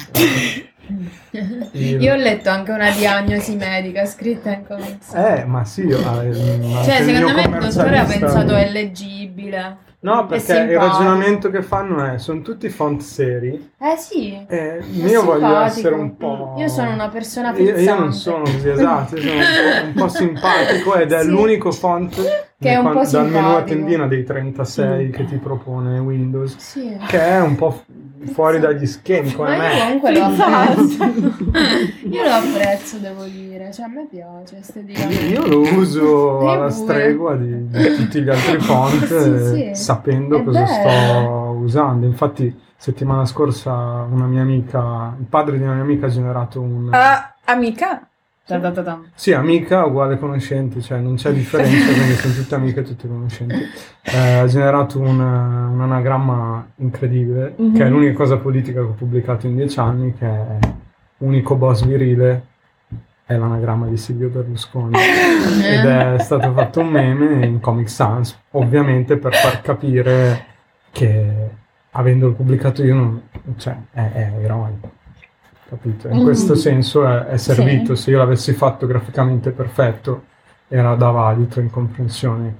Io ho letto anche una diagnosi medica scritta in Comic Sans. Ma sì, ma Cioè, anche il secondo mio me il dottore ha commercialista- pensato è leggibile. No, è perché il simpatico. ragionamento che fanno è, sono tutti font seri, Sì. e È io voglio simpatico. essere un po'... Io sono una persona Io frizzante. non sono così, esatto, io sono un po' simpatico ed è Sì. l'unico font Che è un po' dal menu a simpatico. tendina dei 36 che ti propone Windows, Sì. che è un po' fuori dagli schemi come Ma io me. comunque lo apprezzo. Io lo apprezzo, devo dire. Cioè, a me piace esteticamente. Io lo uso Io alla pure. stregua di tutti gli altri font, Sì, sì. sapendo È cosa vero. sto usando. Infatti, settimana scorsa una mia amica, il padre di una mia amica ha generato un... Amica? Sì, amica uguale conoscente, cioè non c'è differenza, quindi sono tutte amiche e tutte conoscenti. Ha generato un anagramma incredibile, che è l'unica cosa politica che ho pubblicato in 10 anni, che è unico boss virile, è l'anagramma di Silvio Berlusconi. Ed è stato fatto un meme in Comic Sans, ovviamente per far capire che avendolo pubblicato io, non, cioè, è ironico. Capito? In questo senso è servito. Se io l'avessi fatto graficamente perfetto, dava adito incomprensione.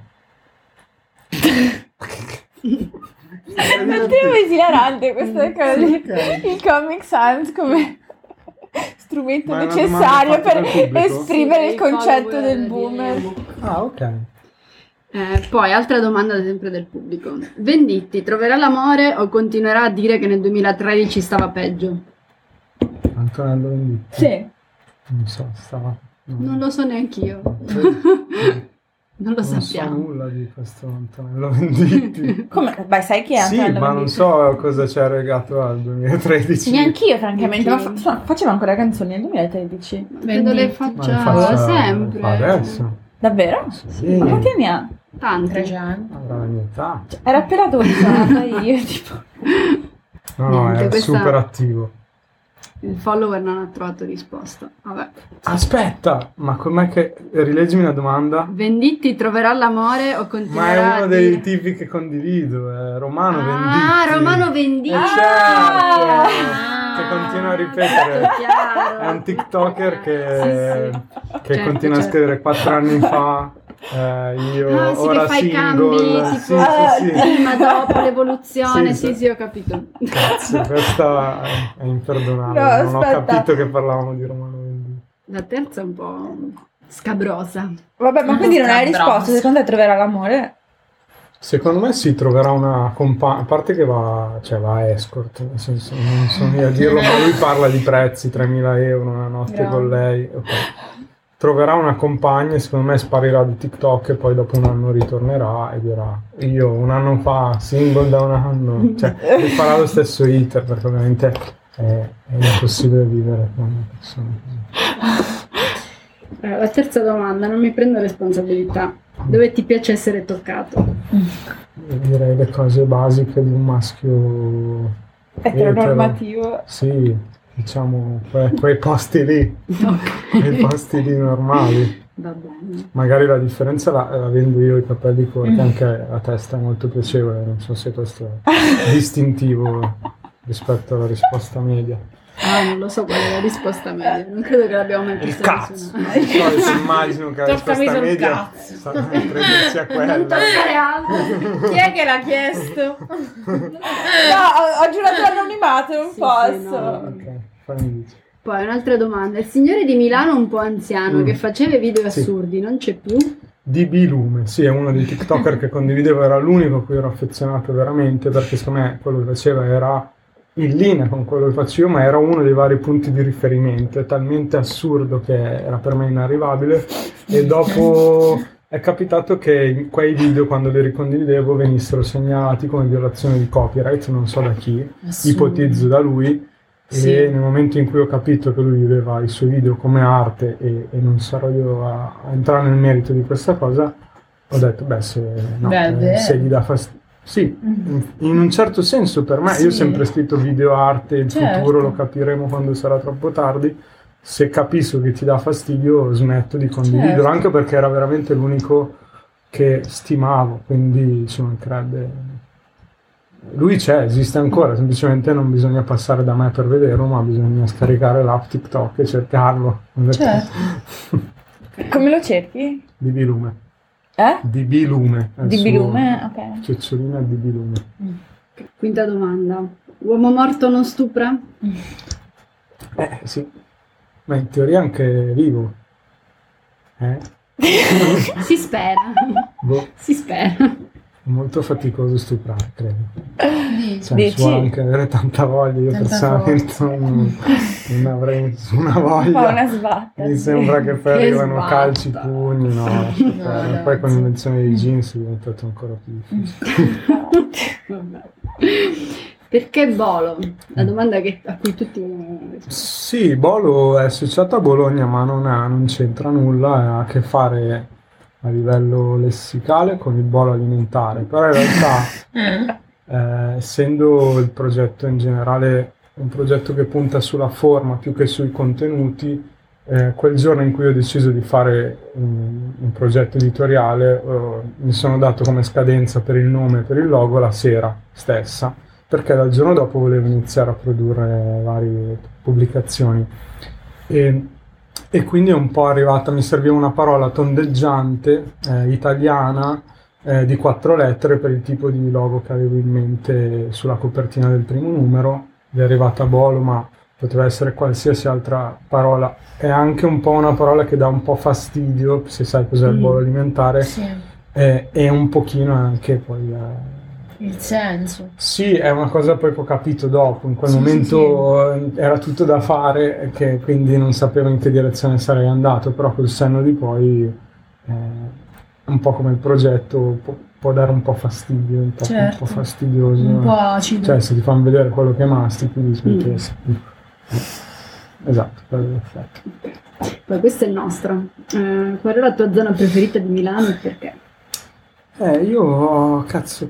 Non trovo esilarante questa cosa di il Comic Sans come strumento Ma è una necessario domanda per fatta dal pubblico? esprimere il Sì, concetto follower del di boomer. ebook. Ah, ok. Poi, altra domanda sempre del pubblico. Venditti, troverà l'amore o continuerà a dire che nel 2013 stava peggio? Antonello Venditti. Sì. Non so, stava... Non lo so neanch'io. Non lo Non so sappiamo. nulla di questo Antonello Venditti. Come? Beh, sai chi è Sì, Antonello ma non Venditti? so cosa ci ha legato al 2013. Sì, neanch'io francamente, ma Neanch'io. faceva ancora canzoni nel 2013. Credo le Ma le faccia sempre. fa adesso. Davvero? Sì, Ma quanti anni ha? Tanti. 300. avrà la mia età. Era appena 12 io, tipo. No, Niente, è questa- super attivo. Il follower non ha trovato risposta. Vabbè. Aspetta, ma com'è che... rileggimi la domanda? Venditti troverà l'amore o Ma continuerà è uno a dei dire... tipi che condivido, è Romano Venditti. Ah, Romano Venditti! Certo, Ah, che continua a ripetere. tutto chiaro. È un TikToker che Certo, continua a certo. scrivere 4 anni fa, io Ah, sì, ora che fai single. cambi, Sì, tipo sì, sì. prima, dopo l'evoluzione, Sì, sì, ho capito. Cazzo, questa è imperdonabile. No, Non ho aspetta. capito che parlavamo di Romano Venditti. La terza è un po' scabrosa. Vabbè, ma quindi non hai risposto, secondo te troverà l'amore? Secondo me si troverà una compagna, a parte che va a escort, nel senso, non sono io a dirlo, ma lui parla di prezzi, 3.000 euro una notte Bravo. con lei. Ok. Troverà una compagna e secondo me sparirà di TikTok e poi dopo un anno ritornerà e dirà io un anno fa single da un anno, cioè e farà lo stesso iter perché ovviamente è impossibile vivere con una persona così. La terza domanda, non mi prendo responsabilità. Dove ti piace essere toccato? Io direi le cose basiche di un maschio Eteronormativo. Sì, diciamo quei posti lì, quei posti lì normali. Va bene. Magari la differenza avendo io i capelli corti, anche la testa è molto piacevole, non so se questo è distintivo rispetto alla risposta media. Ah, non lo so qual è la risposta media. Non credo che l'abbiamo mai Il vista cazzo! nessuna. Poi si immagino che la Toccami risposta sul media cazzo. credo sia quella. Non toccare altro. Chi è che l'ha chiesto? No, ho giurato l'anonimato, non Sì, posso. no. Ok, fammi dire. Poi un'altra domanda. Il signore di Milano un po' anziano che faceva i video Sì. assurdi, non c'è più? DB Lume, sì, è uno dei TikToker che condividevo, era l'unico a cui ero affezionato veramente, perché secondo me quello che faceva era in linea con quello che faccio io, ma era uno dei vari punti di riferimento, è talmente assurdo che era per me inarrivabile, e dopo è capitato che quei video, quando li ricondividevo, venissero segnalati come violazione di copyright, non so da chi, ipotizzo da lui. Sì. E nel momento in cui ho capito che lui viveva i suoi video come arte e non sarò io a entrare nel merito di questa cosa, ho detto, beh, se gli dà fastidio. Sì, in un certo senso per me, io ho Sì. sempre scritto video arte, il Certo. futuro lo capiremo quando sarà troppo tardi. Se capisco che ti dà fastidio, smetto di condividerlo, Certo. anche perché era veramente l'unico che stimavo, quindi ci mancherebbe. Lui c'è, esiste ancora, semplicemente non bisogna passare da me per vederlo, ma bisogna scaricare l'app TikTok e cercarlo. Certo. Come lo cerchi? DB Lume. DB Lume. è il Di suo- Bilume? Ok. Ciocciolina DB Lume. Quinta domanda. Uomo morto non stupra? Sì, ma in teoria anche vivo. Si spera. Boh, Si spera. è molto faticoso stuprare, credo. Cioè, Dici? ci vuole anche avere tanta voglia. Io Tanta personalmente non avrei nessuna Un po' voglia. una svatta. Mi sembra che poi Che arrivano sbatta. calci, pugni, no, lascia perdere. no, Poi con sì. l'invenzione dei jeans è diventato ancora più difficile. Vabbè. Perché Bolo? La domanda a cui tutti vogliono rispondere. Sì, Bolo è associato a Bologna, ma non c'entra nulla, ha a che fare a livello lessicale con il bolo alimentare, però in realtà essendo il progetto in generale un progetto che punta sulla forma più che sui contenuti, quel giorno in cui ho deciso di fare un progetto editoriale mi sono dato come scadenza per il nome e per il logo la sera stessa, perché dal giorno dopo volevo iniziare a produrre varie pubblicazioni e quindi è un po' arrivata, mi serviva una parola tondeggiante, italiana, di 4 lettere per il tipo di logo che avevo in mente sulla copertina del primo numero. È arrivata Bolo, ma poteva essere qualsiasi altra parola. È anche un po' una parola che dà un po' fastidio, se sai cos'è il bolo alimentare, Sì. e un pochino anche poi... Il senso. Sì, è una cosa poi che ho capito dopo, in quel Sì, momento era tutto da fare, che quindi non sapevo in che direzione sarei andato, però col senno di poi un po' come il progetto può dare un po' fastidio, un po' Certo. fastidioso. Un po' acido. Cioè se ti fanno vedere quello che mastichi, dici che esatto, quello è l'effetto. Poi questa è nostra. Qual è la tua zona preferita di Milano e perché? Io, cazzo,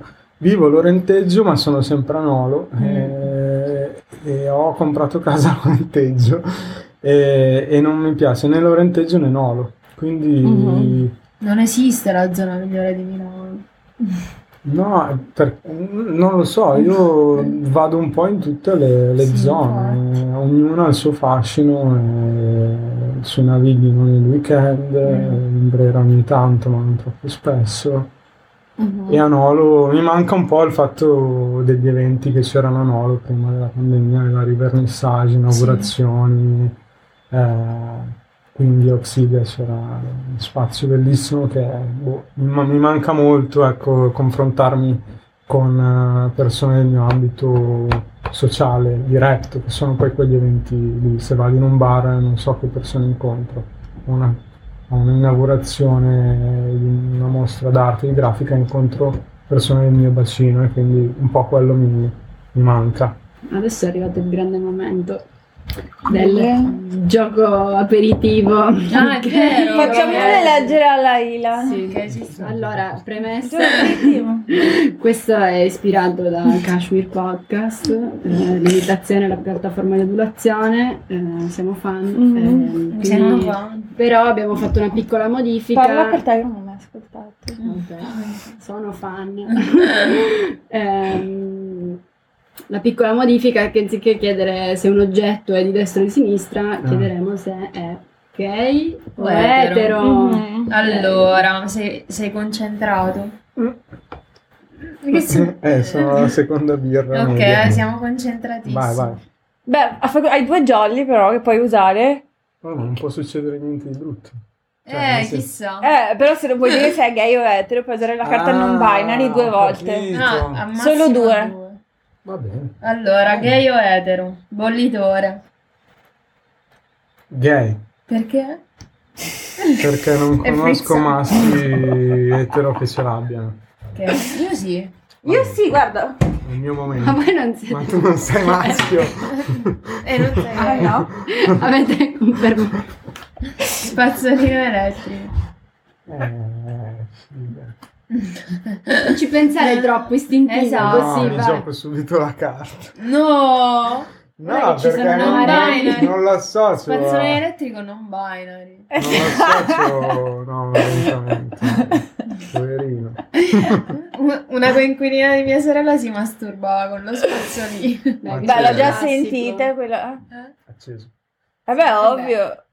Vivo a Lorenteggio, ma sono sempre a Nolo e ho comprato casa a Lorenteggio e non mi piace né Lorenteggio né Nolo, quindi Non esiste la zona migliore di Milano. no, non lo so, io vado un po' in tutte le Sì, zone, ognuno ha il suo fascino, su Naviglio nel weekend, in Brera ogni tanto, ma non troppo spesso. E a Nolo mi manca un po' il fatto degli eventi che c'erano a Nolo prima della pandemia, i vari vernissaggi, inaugurazioni, quindi Oxidia c'era uno spazio bellissimo che mi manca molto, ecco, confrontarmi con persone del mio ambito sociale diretto, che sono poi quegli eventi lì. Se vado in un bar non so che persone incontro, a un'inaugurazione di una mostra d'arte di grafica incontro persone del mio bacino e quindi un po' quello mi manca. Adesso è arrivato il grande momento del gioco aperitivo. È vero. Facciamole leggere alla Ila. Sì. Che esiste. Allora, premessa, Gioco aperitivo. questo è ispirato da Kashmir Podcast, l'imitazione è la piattaforma di adulazione, siamo fan, Siamo quindi- fan. però abbiamo fatto una piccola modifica. Parla per te che non mi hai ascoltato. Ok, sono fan. La piccola modifica è che anziché chiedere se un oggetto è di destra o di sinistra, chiederemo se è gay o Etero. etero. Allora, sei concentrato? Sono la seconda birra. Ok, media. siamo concentratissimi. Vai. Beh, hai 2 jolly però che puoi usare. Oh, non può succedere niente di brutto. Cioè, nel senso- Chissà. Però se non vuoi dire se è gay o etero, puoi usare la carta non binary 2 ho volte. capito. Al massimo Solo 2. Va bene. Allora, gay o etero? Bollitore. Gay, Perché? perché non È conosco frizzante. maschi etero che ce l'abbiano. Ok, io sì. Io sì, guarda. È il mio momento. Ma voi non siete... Ma tu non sei maschio. E non sei Ah, gay. no. Avete confermato. Spazzolino elettrico. Figa. Non ci pensare troppo, istintivo, Esatto. No, così, mi vai. gioco subito la carta. No! No, che ci perché sono non binary. non l'associo. Spazzolino elettrico non binary. Non l'associo, no, veramente. Poverino. Una coinquilina di mia sorella si masturbava con lo spazzolino. Ma Beh, l'ho già classico. sentita quella. Acceso. Vabbè, ovvio.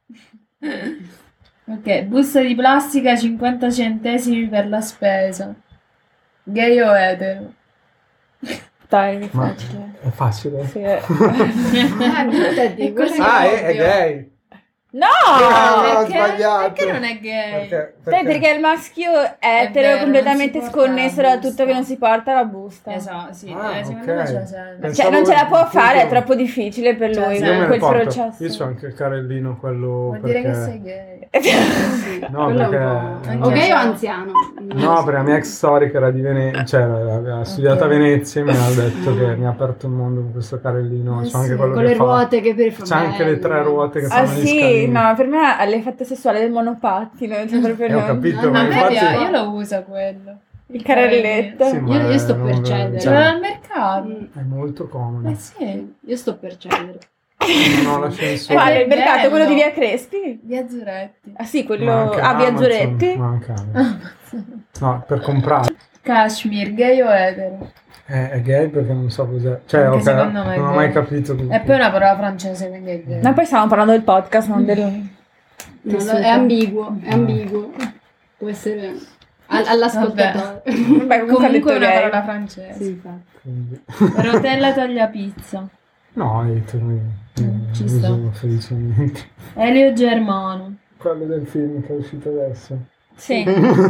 Ok, busta di plastica 50 centesimi per la spesa. Gay o etero? Dai, è Ma facile. è facile? Sì. Buttati, così. Ah, è ovvio. gay. No! ho Perché? sbagliato. Perché non è gay? Dai, perché il maschio etero vero, è completamente non si porta sconnesso la da busta. tutto che non si porta la busta. Esatto, sì, Ah, secondo ok. me c'è senso. Pensavo Cioè, non ce la può appunto- fare, è troppo difficile per Cioè, lui, sì. Io me ne quel porto. processo. Io c'ho anche il carrellino, quello Vuol dire perché... che sei gay. No, Quello è un perché... po'. Anche O gay o io. anziano? No, perché la mia ex storica era di Venezia, cioè aveva studiato a Venezia e mi ha detto che mi ha aperto il mondo con questo carrellino. C'è anche sì, quello Con che le fa. ruote che per C'è anche le 3 ruote che Ah fanno gli sì, scalini. no, per me è l'effetto sessuale del monopattino, cioè proprio Ho capito, A ma me infatti... piace, io lo uso quello. il carrelletto. Sì, ma Io sto non- per cedere. Ce l'ho al mercato. È molto comodo. Sì. Io sto per cedere. Non ho l'ascensore. Quale? Ed è Il mercato, bello. quello di Via Crespi? Via Zuretti. Ah sì, Ma quello anche a Via Amazon, Zuretti. ma anche Amazon. No, per comprare. Kashmir, gay o etero? È gay perché non so cos'è. Cioè, Anche ok, secondo me è non ho gay. mai capito. E poi è una parola francese, quindi è gay. Noi poi stiamo parlando del podcast, non del... Non lo- è ambiguo, è ambiguo. Può essere all'ascoltatore. Beh, Comunque è una gay. parola francese. Sì, infatti. Quindi- Rotella taglia pizza. No, etero, Ci non sta. uso felicemente. Elio Germano. Quello del film che è uscito adesso. Sì.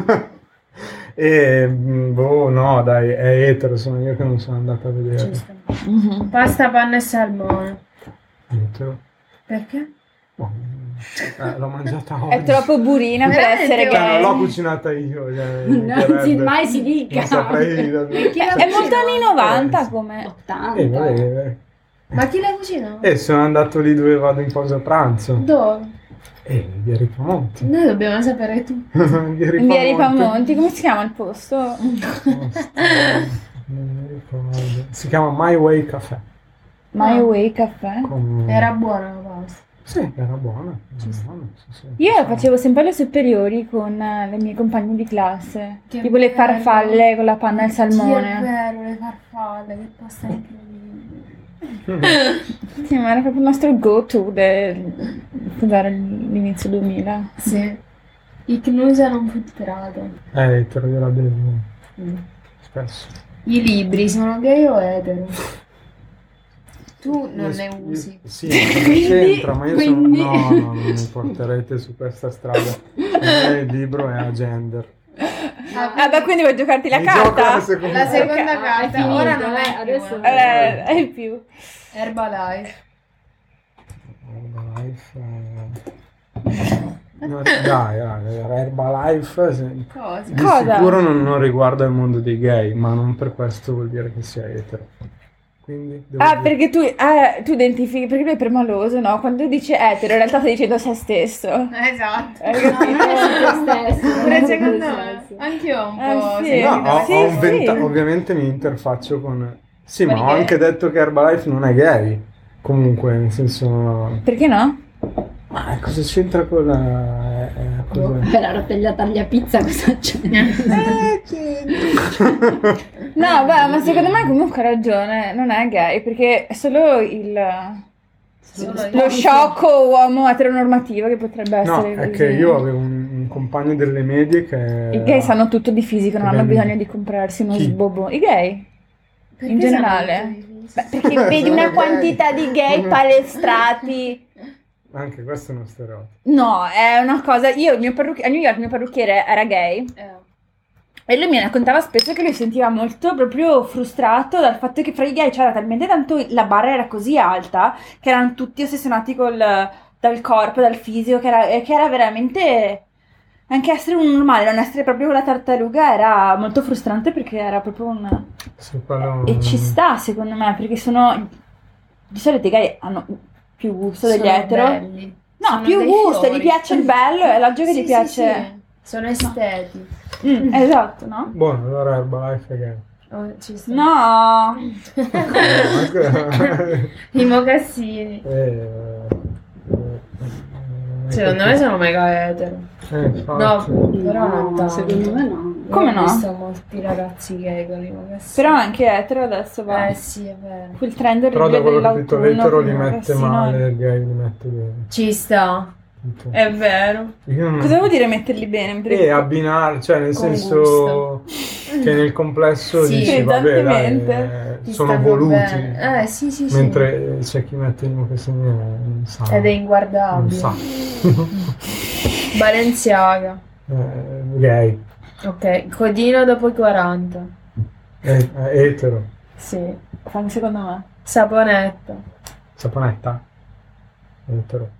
E no, dai, è etero, sono io che non sono andato a vedere. Pasta, panna e salmone. Etero. Perché? Boh, l'ho mangiata oggi. È troppo burina per Veramente? essere Cioè, non gay. l'ho cucinata io. Cioè, mi Non si, piacerebbe. mai si dica. Non saprei. È molto anni 90 come... 80. Vabbè. Ma chi la cucina? Sono andato lì dove vado in pausa pranzo. Dove? Via Ripamonti. Noi dobbiamo sapere tu. Via In Via Ripamonti, come si chiama il posto? Non mi ricordo. Si chiama My Way Café. My Way Caffè. Era buona la pasta. Sì, era buona. Sì. Io la facevo sempre alle superiori con le mie compagne di classe. Che tipo le bello. farfalle con la panna e il Sì, è salmone. vero, le farfalle, che pasta incredibile. Sì, ma era proprio il nostro go-to l'inizio 2000. Sì. I Knus erano un filtrato. Te lo gliela devo. Spesso. I libri sono gay o etero? Tu non ne usi. Sì, non c'entra, ma io quindi- sono... No, non mi porterete su questa strada. Il libro è agender. Beh, quindi vuoi giocarti la Mi gioco carta? la seconda La seconda è carta, finito, ora non è adesso- più. È il più. Herbalife. Herbalife. No, dai, Herbalife Cosa? di Cosa? sicuro non riguarda il mondo dei gay, ma non per questo vuol dire che sia etero. Quindi devo dire- Perché tu identifichi, perché lui è permaloso, no? Quando dice etero, in realtà stai dicendo se stesso. Esatto. Hai capito? Pure secondo me. Anch'io ho un po'. sì. No, ho Sì, inventa- sì. ovviamente mi interfaccio con... Sì, Con ma i ho gay. anche detto che Herbalife non è gay. Comunque, nel senso... Perché no? Ma cosa c'entra con la... cos'è? Per la rotella taglia pizza cosa c'è? No, beh, ma secondo me comunque ha ragione, non è gay, perché è solo lo sciocco uomo eteronormativo che potrebbe No, essere è così. che io avevo un compagno delle medie che... I gay sanno tutto di fisica, non Che hanno bello. bisogno di comprarsi uno Chi? sbobo. I gay? Perché In sono generale? tutti divisi? Beh, perché vedi una Sono quantità gay. di gay palestrati. Anche questo è uno stereotipo. No, è una cosa. Io, a New York, il mio parrucchiere era gay. E lui mi raccontava spesso che lui sentiva molto proprio frustrato dal fatto che fra i gay c'era talmente tanto, la barra era così alta che erano tutti ossessionati dal corpo, dal fisico, che era veramente, anche essere un normale, non essere proprio la tartaruga era molto frustrante perché era proprio un... Su quello... E ci sta secondo me, perché di solito i gay hanno più gusto degli Sono etero. belli. No, Sono più dei gusto, fiori. gli piace il bello, è logico che Sì, gli piace... sì. Sono esteti. Esatto, no? Buono, allora Herbalife è gay. Oh, ci sta. No! I mocassini. Secondo me sono mega etero. No, però non tanto. Secondo me no. Come Io no? ho visto molti ragazzi gay con i mocassini. Però anche etero adesso va. Eh sì, è vero. Quel trend Però da orribile quello che ho capito dell'autunno. l'etero con li il mette mocassino. male, il gay li mette bene. Ci sta. Ok. È vero. Io non... Cosa vuol dire metterli bene? E abbinare, cioè nel Con senso che nel complesso Sì, dici vabbè dai, esattamente. Ti sono stanno voluti, bene. Sì, sì, sì. mentre c'è chi mette i mocassini non sa. Ed è Non inguardabile. sa. Balenciaga. Gay. Ok, codino dopo i 40. Etero. Sì. Anche secondo me. Saponetta. Saponetta? Etero.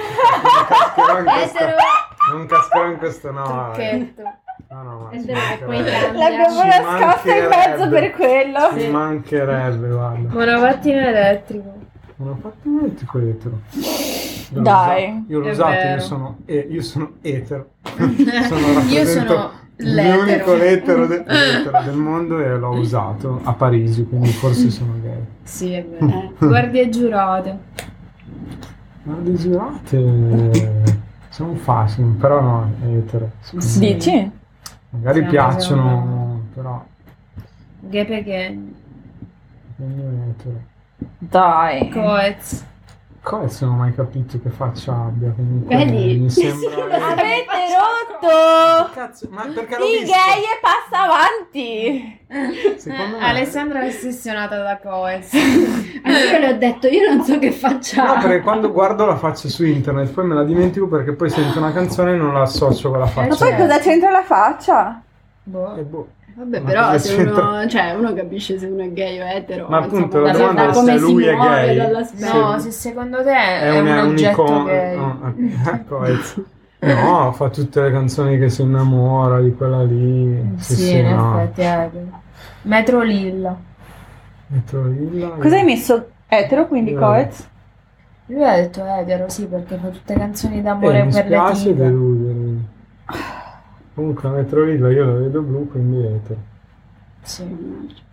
Non cascherò in questo, no. Trucchetto. No, ma Etero ci e poi mancherebbe. L'abbiamo Ci nascosta in mezzo mancherebbe. per quello. Ci mancherebbe, guarda. Monopattino elettrico. Non ho fatto niente con l'etero. L'ho Dai. usato. Io l'ho È usato, vero. io sono etero. Io sono l'etero. l'unico l'etero del mondo e l'ho usato a Parigi, quindi forse sono gay. Sì, è vero. Guardie giurate. Ma le giurate sono fashion, però no, è etero. Sì. Dici? Magari Sì, piacciono, però Gay pequeno. quindi è etero. Dai. Coez. Cosa non ho mai capito che faccia abbia, comunque Vedi? mi sembra... Avete rotto Cazzo, ma perché l'ho i visto? gay e passa avanti. Secondo me... Alessandra è ossessionata da Coez. Anche io le ho detto, io non so che faccia. No, perché quando guardo la faccia su internet poi me la dimentico perché poi sento una canzone e non la associo con la Ma faccia. poi cosa c'entra la faccia? Boh. Boh. Vabbè, Ma però cosa se c'entra? uno, cioè, uno capisce se uno è gay o etero. Ma appunto, insomma, la da domanda è come se si lui è muove gay. dall'aspetto. No, se secondo te è un è oggetto un'icona. gay. No, ecco, no, fa tutte le canzoni che si innamora di quella lì. Sì, in no. effetti è vero. Metro Lilla. Metto Lilla. Cosa hai messo? Etero, quindi Io- Coez? Lui ha detto etero, sì, perché fa tutte canzoni d'amore Mi per le spiace tipe. deludermi. Comunque Metro Lilla io la vedo blu, quindi etero. Sì.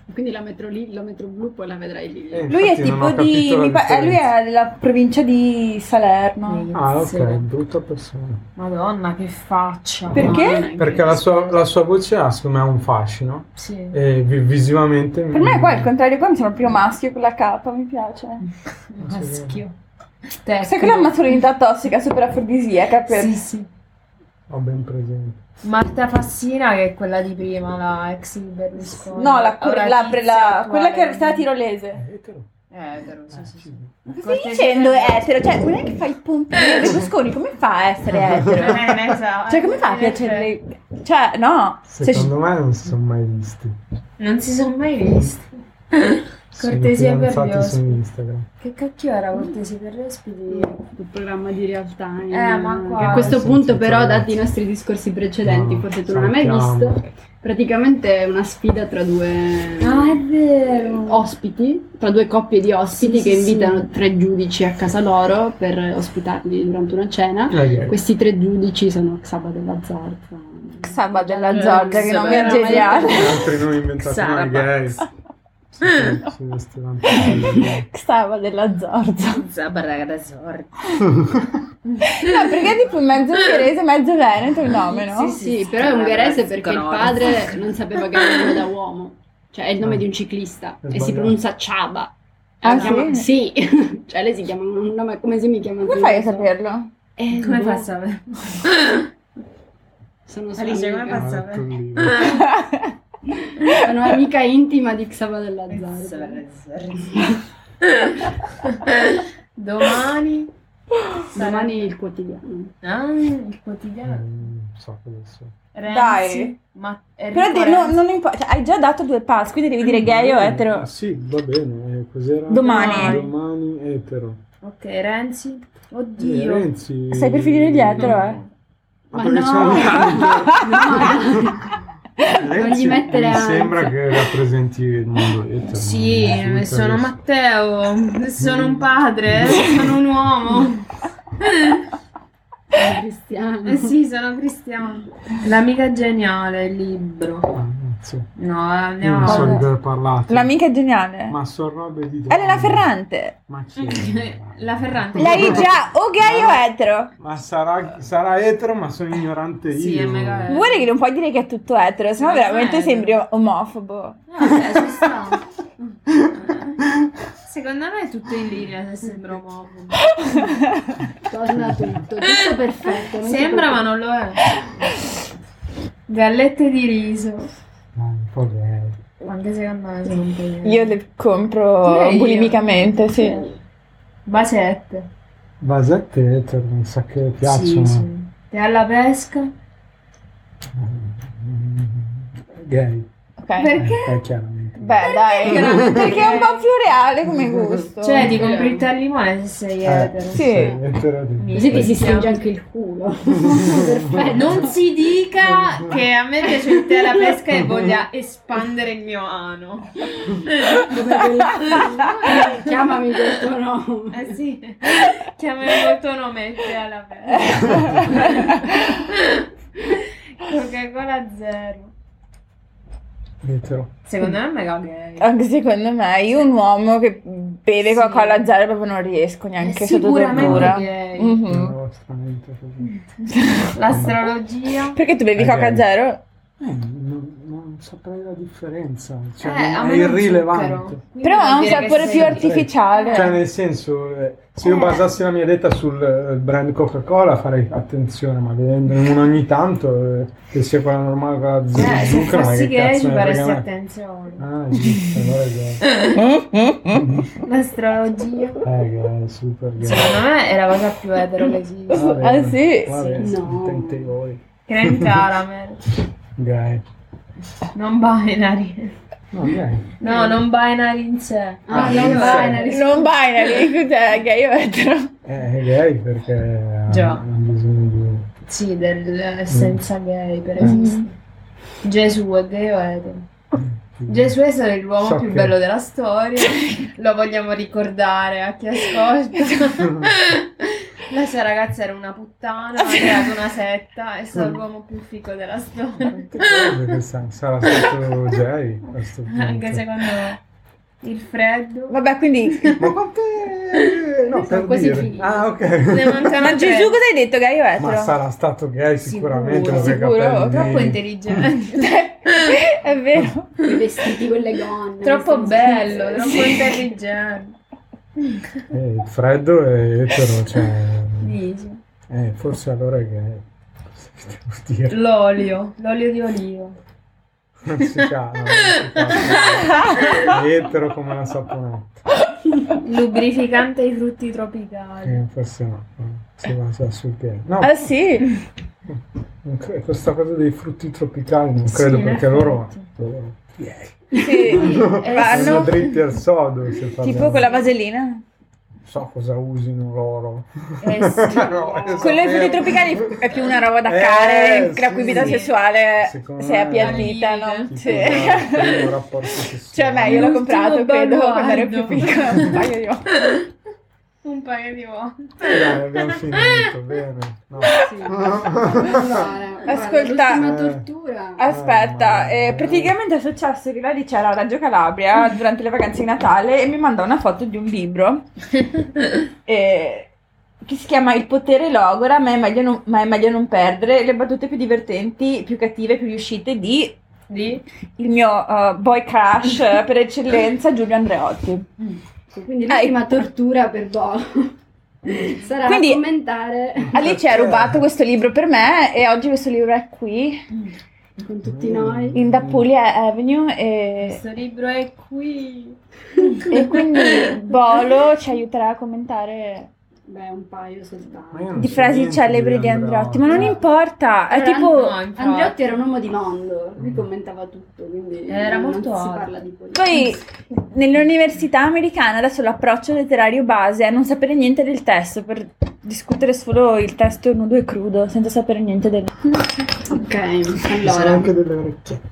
Quindi la metro blu poi la vedrai lì. Lui è Infatti non ho tipo di... capito la lui differenza. è della provincia di Salerno. Ah, ok, Sì. brutta persona. Madonna, che faccia. Perché? Perché la sua voce ha, secondo me, un fascino. Sì. E visivamente... Per me qua è il contrario, qua mi sembra più maschio con la capa, mi piace. Maschio. Sai quella mascolinità tossica, super afrodisiaca per... Sì. Ho ben presente. Marta Fassina, che è quella di prima, la ex di Berlusconi. No, Ora tizia quella che attuale. sta tirolese. Etero. Etero, sì. Ma cosa stai dicendo etero? Cioè, non è che fai il pompino Berlusconi, come fa a essere etero? Esatto. Cioè, come fa a piacere? Cioè, no. Secondo me non si sono mai visti. Non si sono mai visti. Sono Cortesia per gli fidanzati su ospiti. Instagram. Che cacchio era Cortesia per gli ospiti? Il programma di real time. Ma qua- Che a questo Sentito, punto però, ragazzi. dati i nostri discorsi precedenti, No, forse tu non hai mai saltiamo. visto, praticamente è una sfida tra due Ah, è vero. ospiti, tra due coppie di ospiti Sì, che sì, invitano sì. 3 giudici a casa loro per ospitarli durante una cena. Ok. Questi 3 giudici sono Xaba della Zorza. Xaba della Zorza, che non mi è Xaba- geniale. Altri nomi inventati mai Xaba. gay. Si vestivano tutti. Xaba della Zorza. Zabara da sorte. No, perché è tipo mezzo ungherese, mezzo veneto il nome, no? Sì, però è ungherese perché il Scorza. padre non sapeva che era un nome da uomo. Cioè è il nome di un ciclista È e si sbagliato. pronuncia Ciaba. Ah, La chiama- sì? Sì. Cioè lei si chiama un nome come se mi chiama. Come fai a saperlo? Come fa a sapere? Sono sua Alice, come amica. fa a Ah, sapere? ecco lì. Sono amica intima di Xaba della Zorza. Domani. Domani il quotidiano. Ah, il quotidiano. Non so cosa sia. Renzi, Dai. Enrico Però Renzi. non importa, cioè, hai già dato 2 pass, quindi devi dire gay o etero. Sì, va bene. Cos'era? Domani. Domani etero. Ok, Renzi. E Oddio. Renzi. Stai per finire gli etero, Ma Ma perché no. c'è Renzi, Non gli mettere mi ansia. sembra che rappresenti il mondo etero. Sì, Non sono interessa. Matteo, sono un padre, sono un uomo. Sono cristiano. Sì, sono cristiano. L'amica geniale, il libro. Ah, sì. No, Io andiamo non so di avanti. aver parlato. L'amica è geniale. Ma sono robe di Elena Ferrante. Ma chi è? La Ferrante. Lei già o gay o etero. Ma sarà etero, ma sono ignorante io. Sì, è mega etero. Guarda che non puoi dire che è tutto etero, sennò Ma veramente etero. sembri omofobo. Ci sta. Secondo me è tutto in linea se sembra omofobo. Torna tutto perfetto. non ti Sembra ma non lo è. Gallette di riso. Un po' gay. Anche secondo me sono un po' di- Io le compro Pure io. bulimicamente, sì. Basette. Basette etero, mi sa che piacciono. Sì. Te alla pesca. Gay. Ok. Perché? Chiaramente. Beh, dai, perché è un po' più reale come gusto. Cioè ti compri il tè al limone se sei etero. Sì. Sei etero di- Così ti si stringe anche il culo. Perfetto. Non si dica che a me piace il tè alla pesca e voglia espandere il mio ano. Chiamami col tuo nome. Eh sì, chiamami col tuo nome il tè alla pesca. Coca-Cola zero. Etero. Secondo me è mega gay. Anche secondo me, io un uomo che beve Sì. Coca-Cola zero proprio non riesco neanche È sotto sicuramente tortura. gay. Mhm. No, stranamente così. L'astrologia. Perché tu bevi È Coca gay. zero? Non saprei la differenza. Cioè, A è me non irrilevante. zucchero. Quindi Però ha vuol un dire che sapore sei- più artificiale. Cioè, nel senso, se io basassi la mia dieta sul brand Coca-Cola farei attenzione, ma bevendone uno ogni tanto, che sia quella normale, quella Se zucchero, ma fossi che gay cazzo ci me ne frega faresti a me? attenzione. Ah, giusto, allora è gay. L'astrologia. Gay, super gay. Secondo me è la cosa più etero che esiste. Ah, sì? Vabbè, Sì. no. Tentevoli. Creme caramel. Gay. Non binary. No, gay. No, non binary in sé. Ah, io non binary. Non binary, cos'è? Gay o etero? È gay perché Già. ha bisogno di... Sì, del senza gay per esistere. Gesù è gay o etero? Gesù è stato l'uomo So più che- bello della storia. Lo vogliamo ricordare a chi ascolta. La sua ragazza era una puttana, ha creato una setta e è l'uomo più figo della storia. Che sarà stato Jay a questo punto. Anche secondo me. Il freddo. Vabbè, quindi... Ma quante... No, per quasi dire. finiti. Ah, ok. Ne mancano Ma Gesù cosa hai detto, gay o etero? Ma sarà stato gay sicuramente. con quei sicuro, capelli. Troppo intelligente. È vero. I vestiti con le gonne. Troppo nel senso- bello, troppo intelligente. Il freddo è etero, cioè... Dici. Forse allora è gay. Cosa devo dire? L'olio di olivo. Non si chiama. È etero come la saponetta. Lubrificante ai frutti tropicali. Forse no. Si va già sul gay. No, Ah sì? questa cosa dei frutti tropicali non credo in perché effetti. loro gay. Sì. Vanno Vanno dritti al sodo. se tipo parliamo. con la vasellina. Non so cosa usino loro. Sì. Quello dei frutti tropicali è più una roba da care, la cui vita sì. sessuale Secondo si è me- appiattita, no? Tipo Sì. Il primo rapporto sessuale. Cioè, beh, io l'ho comprato, L'ultimo credo, quando ero baluardo. più piccola, un paio di volte. Un paio di volte. Dai, abbiamo finito, bene. No. Sì. Allora, Ascolta. l'ultima tortura. Aspetta, mamma. praticamente è successo che lei c'era a Reggio Calabria durante le vacanze di Natale e mi manda una foto di un libro che si chiama Il potere logora, ma è meglio non perdere le battute più divertenti, più cattive, più riuscite di il mio boy crush per eccellenza, Giulio Andreotti. Quindi l'ultima tortura per Bolo sarà Quindi- commentare Alice ha rubato questo libro per me e oggi questo libro è qui con tutti noi. in Da Puglia Avenue Questo libro è qui. e quindi Bolo ci aiuterà a commentare Beh, un paio soltanto. Ma io non di so frasi niente celebri di Andreotti, ma non importa, è Allora, tipo... no, infatti. Andreotti era un uomo di mondo, lui commentava tutto, quindi Era non molto si alto. parla di politica. Poi nell'università americana adesso l'approccio letterario base è non sapere niente del testo, per discutere solo il testo nudo e crudo, senza sapere niente del... Ok, Ci sono allora, anche delle orecchiette.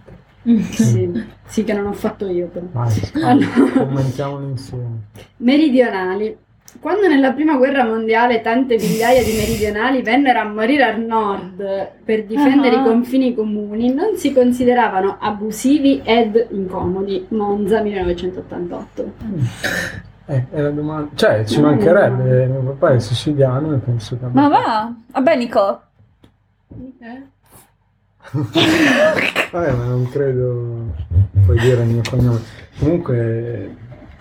sì, che non ho fatto io però. Vai, Allora. commentiamolo insieme. Meridionali. Quando nella prima guerra mondiale tante migliaia di meridionali vennero a morire al nord per difendere i confini comuni, non si consideravano abusivi ed incomodi. Monza 1988. È la domanda. Cioè, ci mancherebbe. Mio papà è siciliano e penso che... Ma va? Vabbè Nico, Vabbè, ma non credo puoi dire il mio cognome. Comunque,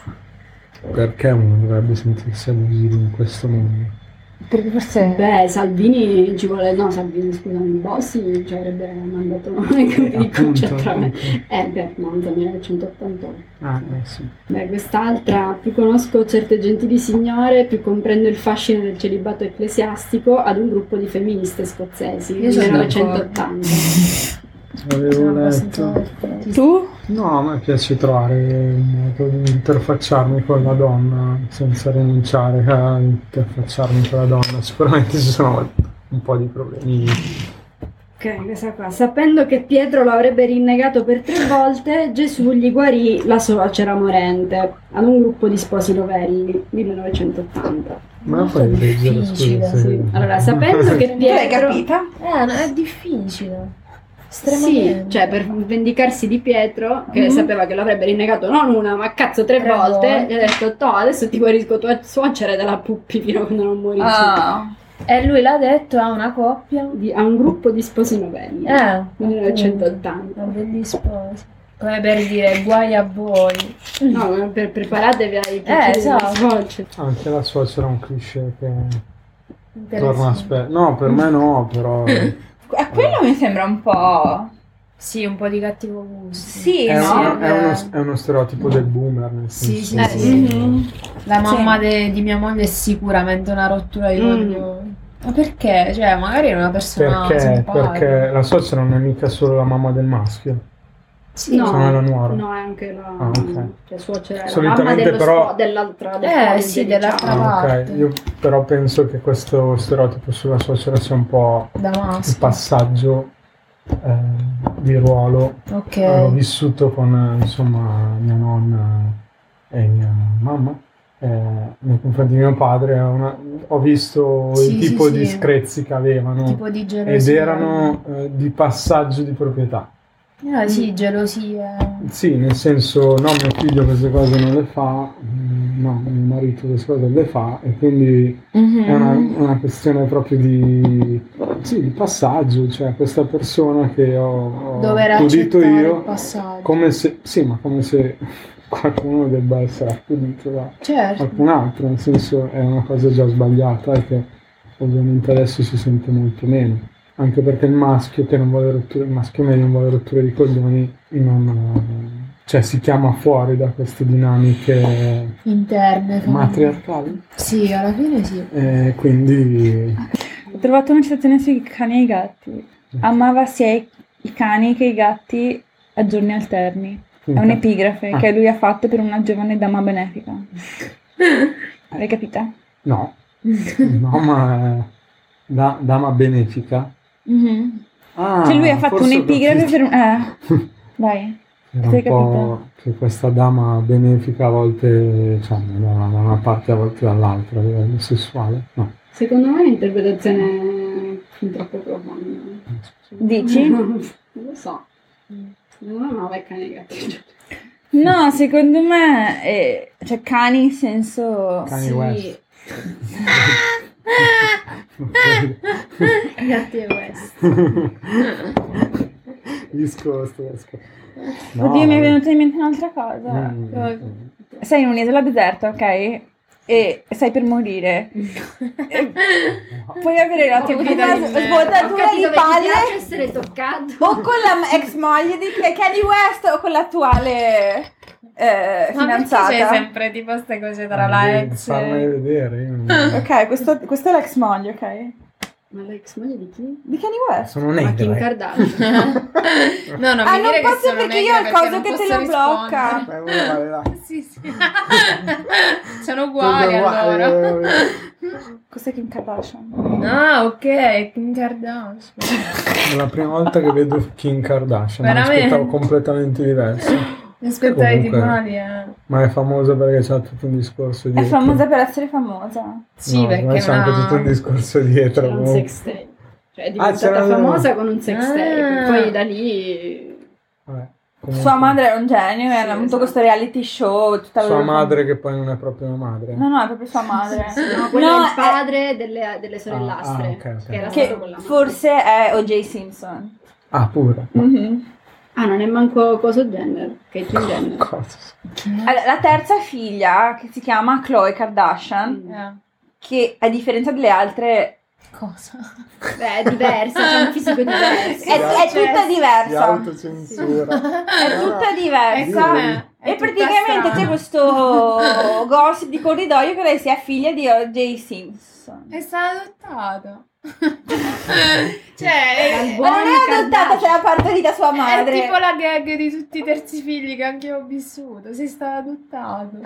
perché uno dovrebbe sentirsi abusivo in questo mondo? perché forse... Beh, Salvini ci vuole, no, Salvini, scusami, Bossi ci avrebbe mandato ai campi di Appunto, concentramento. Beh, Monza 1988. Sì. Beh, quest'altra, più conosco certe gentili signore, più comprendo il fascino del celibato ecclesiastico ad un gruppo di femministe scozzesi, Io sono 1980. Avevo letto. Tu? No, a me piace trovare un modo di interfacciarmi con la donna senza rinunciare a interfacciarmi con la donna. Sicuramente ci sono un po' di problemi. Ok, questa qua. Sapendo che Pietro lo avrebbe rinnegato per 3 volte, Gesù gli guarì la suocera morente ad un gruppo di sposi novelli, 1980. Ma poi leggere, difficile, scusa, Sì. Allora, sapendo che Tu l'hai Pietro... capita? È difficile. Sì, Estremamente. cioè per vendicarsi di Pietro, che sapeva che lo avrebbe rinnegato non una, ma cazzo 3 3 volte, volte. gli ha detto, toh, adesso ti guarisco tua suocera della puppi fino a quando non muori. Ah. E lui l'ha detto a una coppia. A un gruppo di sposi novelli, 1980. Degli sposi. Come per dire guai a voi. No, preparatevi ai piaceri della esatto. suocera. Anche la suocera è un cliché che torna Interessante. spesso. No, per me no, però Quello mi sembra un po'... Sì, un po' di cattivo gusto. Sì, è, no? è uno stereotipo del boomer, nel Sì, senso sì, che- sì. Mhm. La mamma di mia moglie è sicuramente una rottura di coglioni. Ma perché? Cioè, magari è una persona Perché? simpatica. Perché la suocera non è mica solo la mamma del maschio. Sì, no, sono la nuora. no, è anche la Ah, ok. cioè, suocera, la Solitamente mamma dello però- dell'altra del sì, coniuge, dell'altra diciamo. Ah, ok. parte. Io però penso che questo stereotipo sulla suocera sia un po' Da il maschio. passaggio di ruolo. Ok. L'ho vissuto con insomma mia nonna e mia mamma nei confronti di mio padre, ho visto il tipo di screzi che avevano, tipo di gelosia, ed erano di passaggio di proprietà. Sì, gelosia. Sì, nel senso, no, mio figlio queste cose non le fa, no, mio marito queste cose le fa, e quindi è una questione proprio di passaggio, cioè questa persona che ho accudito io, come se qualcuno debba essere accudito da qualcun altro, nel senso è una cosa già sbagliata e che ovviamente adesso si sente molto meno. Anche perché il maschio medio non vuole rotture di coglioni, cioè si chiama fuori da queste dinamiche interne, matriarcali. Sì, alla fine sì. Quindi ho trovato una citazione sui cani e i gatti. Amava sia i cani che i gatti a giorni alterni. È un'epigrafe che lui ha fatto per una giovane dama benefica. L'hai capita? No, ma dama benefica. Cioè lui ha fatto un'epigrafe per vai. Era un po' che questa dama benefica a volte, cioè, da una parte a volte dall'altra a livello sessuale. No. Secondo me è un'interpretazione fin troppo profonda. Dici? Non lo so. Secondo me non è cane e gatti. No, secondo me cioè cani in senso Kanye West. Gatti e West. No, oddio, mi è venuta in mente un'altra cosa. Sei in un'isola deserta, ok? E sei per morire. Puoi avere una svuotatura di palle essere toccato o con la ex moglie di Kanye West o con l'attuale fidanzata. C'è sempre tipo queste cose tra la ex. Farmele vedere. Ok, questa è l'ex moglie, ok? Ma l'ex moglie di chi? Di Kanye West. Sono Ma Kim negre. Kardashian. No, non mi non dire che posso sono perché io negre ho il coso non che te posso lo blocca. Beh, uno vale là. Sì. Sono uguali allora. Cos'è Kim Kardashian? Ah, ok, Kim Kardashian. È la prima volta che vedo Kim Kardashian, mi Veramente? aspettavo completamente diverso. Mi aspettavi tipo Comunque, mali, Ma è famosa perché c'ha tutto un discorso È dietro. famosa per essere famosa. Sì, No, perché c'è anche tutto un discorso dietro. C'era un comunque. sex tape. Cioè è diventata c'era- famosa con un sex tape. Ah. Poi da lì... Vabbè, comunque, Sua madre era un genio e Sì, hanno avuto esatto. questo reality show. Tutta la sua loro madre che poi non è proprio una madre. No, è proprio sua madre. No, quello No, è il padre delle sorellastre. ok. Che era Che stato con la madre. forse è O.J. Simpson. Ah, pure. Mhm. Ah, non è manco coso Jenner, Caitlyn Jenner. Cosa? Allora, la terza figlia, che si chiama Khloe Kardashian, che a differenza delle altre Cosa? Beh, è diversa, c'è un fisico diverso. è tutta Si diversa. autocensura. È tutta diversa. È E tutta praticamente strana. c'è questo gossip di corridoio che lei sia figlia di O.J. Simpson. È stato adottato. Dal Cioè, buon Ma non è adottata, Kardashian. se l'ha partorita sua è madre. tipo la gag di tutti i terzi figli che anche io ho vissuto. Sei stato adottato.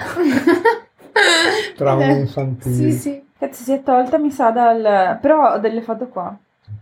Traumi infantili. Sì, sì. Cazzo, si è tolta, mi sa, però ho delle foto qua.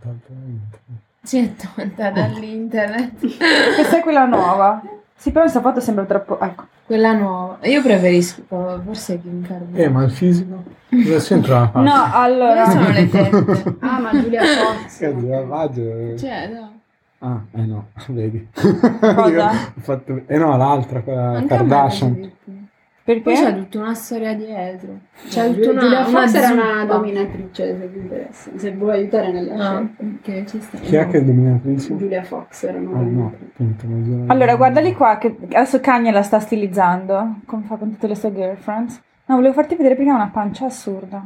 Si è tolta dall'internet. Questa è quella nuova. Sì, però questa foto sembra troppo... Ecco. Quella nuova. Io preferisco forse Kim Kardashian. Ma il fisico? Cosa c'entra la faccia? No, Dove allora... sono le tette? Ah, ma Giulia Fox. Cazzo, la faccia. Cioè, no. Ah, no, vedi. Cosa? Ho fatto... no, l'altra, quella Anche a me Kardashian. piace di più. Perché? Poi c'è tutta una storia dietro. C'è tutta Giulia Fox era una zuppa. dominatrice, se vi interessa. Se vuoi aiutare nella Ah, scelta. ok, ci sta. Chi è che è dominatrice? Giulia Fox era una Ah, no, dominatrice. appunto. non- Allora, guardali qua, che adesso Kanye la sta stilizzando, come fa con tutte le sue girlfriends. No, volevo farti vedere perché ha una pancia assurda.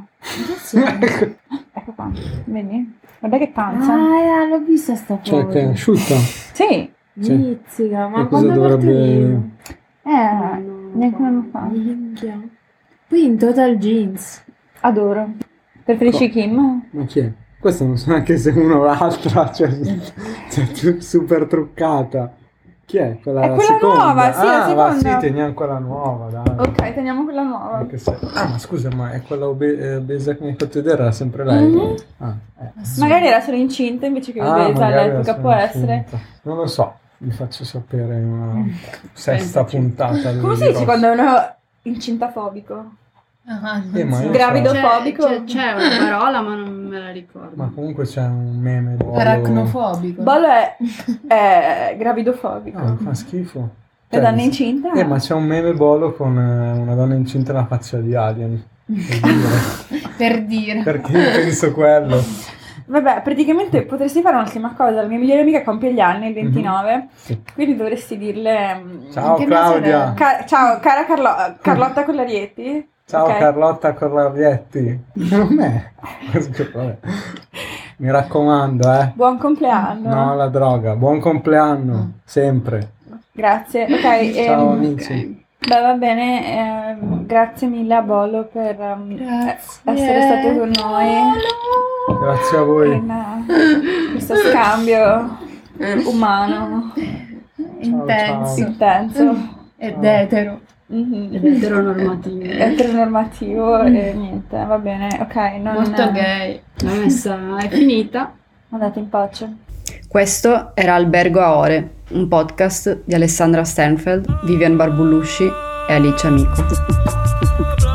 Ecco qua, vedi? Guarda che pancia. Ah, l'ho vista sta foto. Cioè, che è asciutta? Sì. Sì. Mizzica, ma E cosa quando dovrebbe... Neanche un anno fa. Minchia. Poi in Total Jeans. Adoro. Preferisci Kim? Ma chi è? Questa non so neanche se una o l'altra, cioè super truccata. Chi è? Quella, È la quella seconda? nuova, sì, la va, seconda. sì, teniamo quella nuova, dai. Ok, teniamo quella nuova. Anche se- ma scusa, ma è quella obesa che mi hai fatto vedere, era sempre lei? Mhm. Ah, Magari era solo incinta invece che Ah, obesa magari all'epoca, era può solo essere. incinta. Non lo so, vi faccio sapere in una sesta puntata. Come si dice quando uno è incintafobico? Gravidofobico. C'è una parola, ma non me la ricordo. Ma comunque c'è un meme Aracnofobico. Bolo è gravidofobico. No, fa schifo. Le donne incinte? Ma c'è un meme Bolo con una donna incinta nella faccia di Alien. Per dire. Perché io penso quello. Vabbè, praticamente potresti fare un'ultima cosa. La mia migliore amica compie gli anni, il 29, Sì. quindi dovresti dirle... Ciao che Claudia. ciao, cara Carlotta Collarietti. Ciao Ok. Carlotta Collarietti. Non è. Vabbè. Mi raccomando, Buon compleanno. No alla droga. Buon compleanno. Sempre. Grazie. Ok, Ciao amici. beh, va bene. Grazie mille a Bolo per essere stato con noi Grazie a voi. in questo scambio umano Intenso. intenso. Ed etero. Ed eteronormativo. Eteronormativo e niente, va bene, ok, Molto gay. La messa è finita. andate in pace. Questo era Albergo a Ore, un podcast di Alessandra Sternfeld, Vivian Barbullusci e Alice Amico.